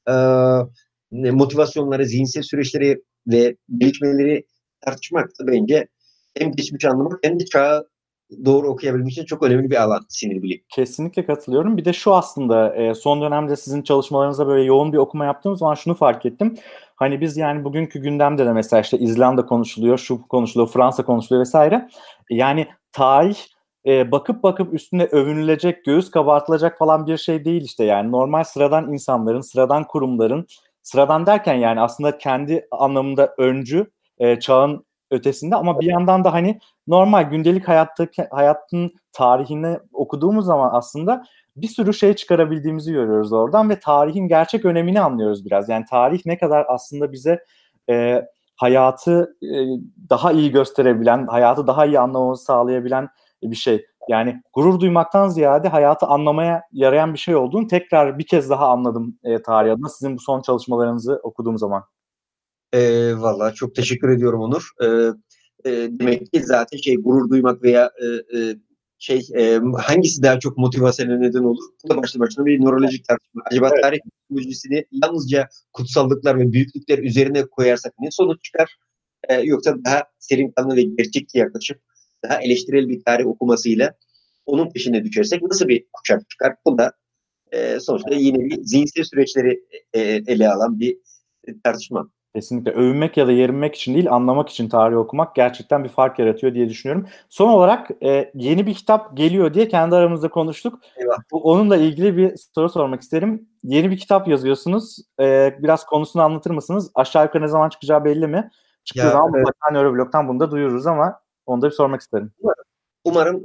motivasyonları, zihinsel süreçleri ve gelişmeleri tartışmak da bence hem geçmişi anlamak hem de çağı doğru okuyabilmek için çok önemli bir alan sinir bilimi. Kesinlikle katılıyorum. Bir de şu aslında son dönemde sizin çalışmalarınızda böyle yoğun bir okuma yaptığım zaman şunu fark ettim. Hani biz yani bugünkü gündemde de mesela işte İzlanda konuşuluyor, şu konuşuluyor, Fransa konuşuluyor vesaire. Yani tarih bakıp üstüne övünülecek, göğüs kabartılacak falan bir şey değil işte yani. Normal sıradan insanların, sıradan kurumların, sıradan derken yani aslında kendi anlamında öncü, çağın ötesinde ama bir yandan da hani normal gündelik hayatın tarihini okuduğumuz zaman aslında bir sürü şey çıkarabildiğimizi görüyoruz oradan ve tarihin gerçek önemini anlıyoruz biraz. Yani tarih ne kadar aslında bize hayatı daha iyi gösterebilen, hayatı daha iyi anlamamızı sağlayabilen bir şey. Yani gurur duymaktan ziyade hayatı anlamaya yarayan bir şey olduğunu tekrar bir kez daha anladım tarih adına sizin bu son çalışmalarınızı okuduğum zaman. Vallahi çok teşekkür ediyorum Onur. Demek ki zaten gurur duymak veya hangisi daha çok motivasyona neden olur? Bu da başlı başına bir nörolojik tartışma. Acaba Evet. tarih teknolojisini yalnızca kutsallıklar ve büyüklükler üzerine koyarsak ne sonuç çıkar? Yoksa daha serin kanlı ve gerçekçi yaklaşıp daha eleştirel bir tarih okumasıyla onun peşine düşersek nasıl bir kuşak çıkar? Bu da sonuçta yine bir zihinsel süreçleri ele alan bir tartışma. Kesinlikle. Övünmek ya da yerinmek için değil, anlamak için tarih okumak gerçekten bir fark yaratıyor diye düşünüyorum. Son olarak yeni bir kitap geliyor diye kendi aramızda konuştuk. Eyvah. Onunla ilgili bir soru sormak isterim. Yeni bir kitap yazıyorsunuz. Biraz konusunu anlatır mısınız? Aşağı yukarı ne zaman çıkacağı belli mi? Çıktığı zaman mutlaka Nöroblog'dan bunu da duyururuz ama onu da bir sormak isterim. Umarım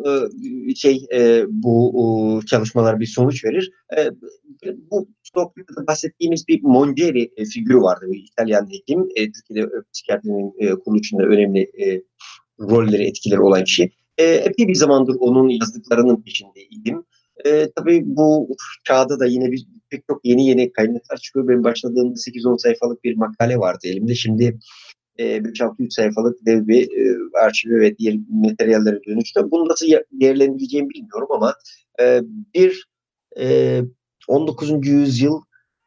bu çalışmalar bir sonuç verir. Bu sohbette bahsettiğimiz bir Mongeri figürü vardı. Bir İtalyan hekim. Türkiye'de psikiyatrinin kuruluşunda önemli rolleri, etkileri olan kişi. Epey bir zamandır onun yazdıklarının peşindeydim. Tabii bu çağda da yine pek çok yeni kaynaklar çıkıyor. Ben başladığımda 8-10 sayfalık bir makale vardı elimde. Şimdi 5-600 sayfalık dev bir arşivi ve diğer materyallere dönüştü. Bunu nasıl değerlendireceğimi bilmiyorum ama bir 19. yüzyıl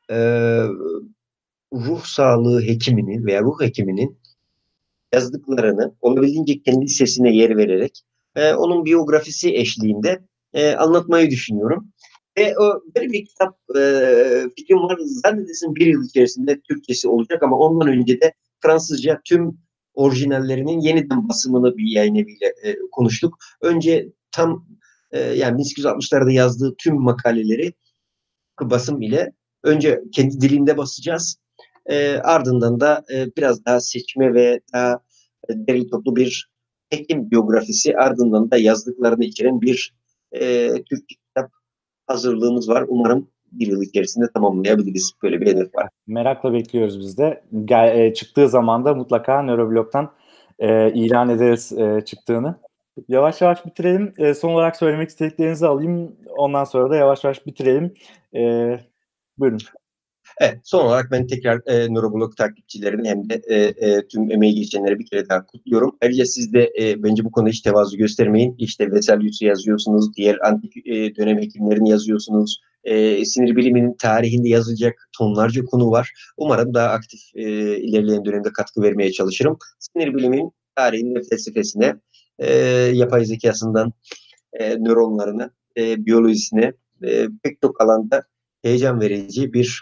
ruh sağlığı hekiminin veya ruh hekiminin yazdıklarını olabildiğince kendi sesine yer vererek onun biyografisi eşliğinde anlatmayı düşünüyorum. Böyle bir kitap fikrim var. Zannedersin bir yıl içerisinde Türkçesi olacak ama ondan önce de Fransızca tüm orijinallerinin yeniden basımını bir yayın eviyle konuştuk. Önce tam yani 1860'larda yazdığı tüm makaleleri basım ile önce kendi dilinde basacağız. Ardından da biraz daha seçme ve daha derli toplu bir hekim biyografisi, ardından da yazdıklarını içeren bir Türkçe kitap hazırlığımız var. Umarım bir yıl içerisinde tamamlayabiliriz. Böyle bir hedef var. Merakla bekliyoruz biz de. Çıktığı zaman da mutlaka Nöroblog'dan ilan ederiz çıktığını. Yavaş yavaş bitirelim. Son olarak söylemek istediklerinizi alayım. Ondan sonra da yavaş yavaş bitirelim. Buyurun. Evet, son olarak ben tekrar Nöroblog takipçilerini hem de tüm emeği geçenleri bir kere daha kutluyorum. Ayrıca siz de bence bu konuda hiç tevazu göstermeyin. İşte Vesalius'u yazıyorsunuz, diğer antik dönem hekimlerini yazıyorsunuz. Sinir biliminin tarihinde yazılacak tonlarca konu var. Umarım daha aktif ilerleyen dönemde katkı vermeye çalışırım. Sinir biliminin tarihinde felsefesine, yapay zekasından nöronlarına, biyolojisine pek çok alanda heyecan verici bir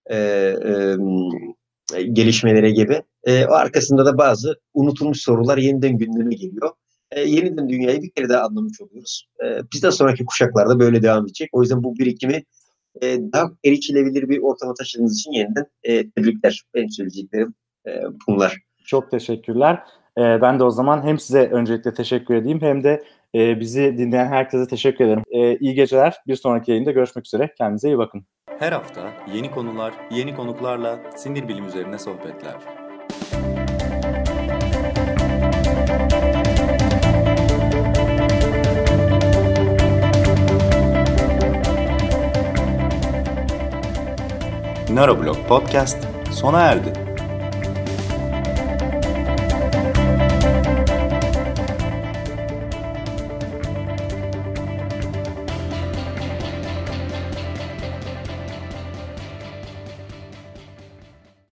gelişmelere gibi. O arkasında da bazı unutulmuş sorular yeniden gündeme geliyor. Yeniden dünyayı bir kere daha anlamış oluyoruz. Bizden sonraki kuşaklarda böyle devam edecek. O yüzden bu birikimi daha erişilebilir bir ortama taşıdığınız için yeniden tebrikler. Benim söyleyeceklerim bunlar. Çok teşekkürler. Ben de o zaman hem size öncelikle teşekkür edeyim hem de bizi dinleyen herkese teşekkür ederim. İyi geceler. Bir sonraki yayında görüşmek üzere. Kendinize iyi bakın. Her hafta yeni konular, yeni konuklarla sinir bilim üzerine sohbetler. Nöroblog Podcast sona erdi.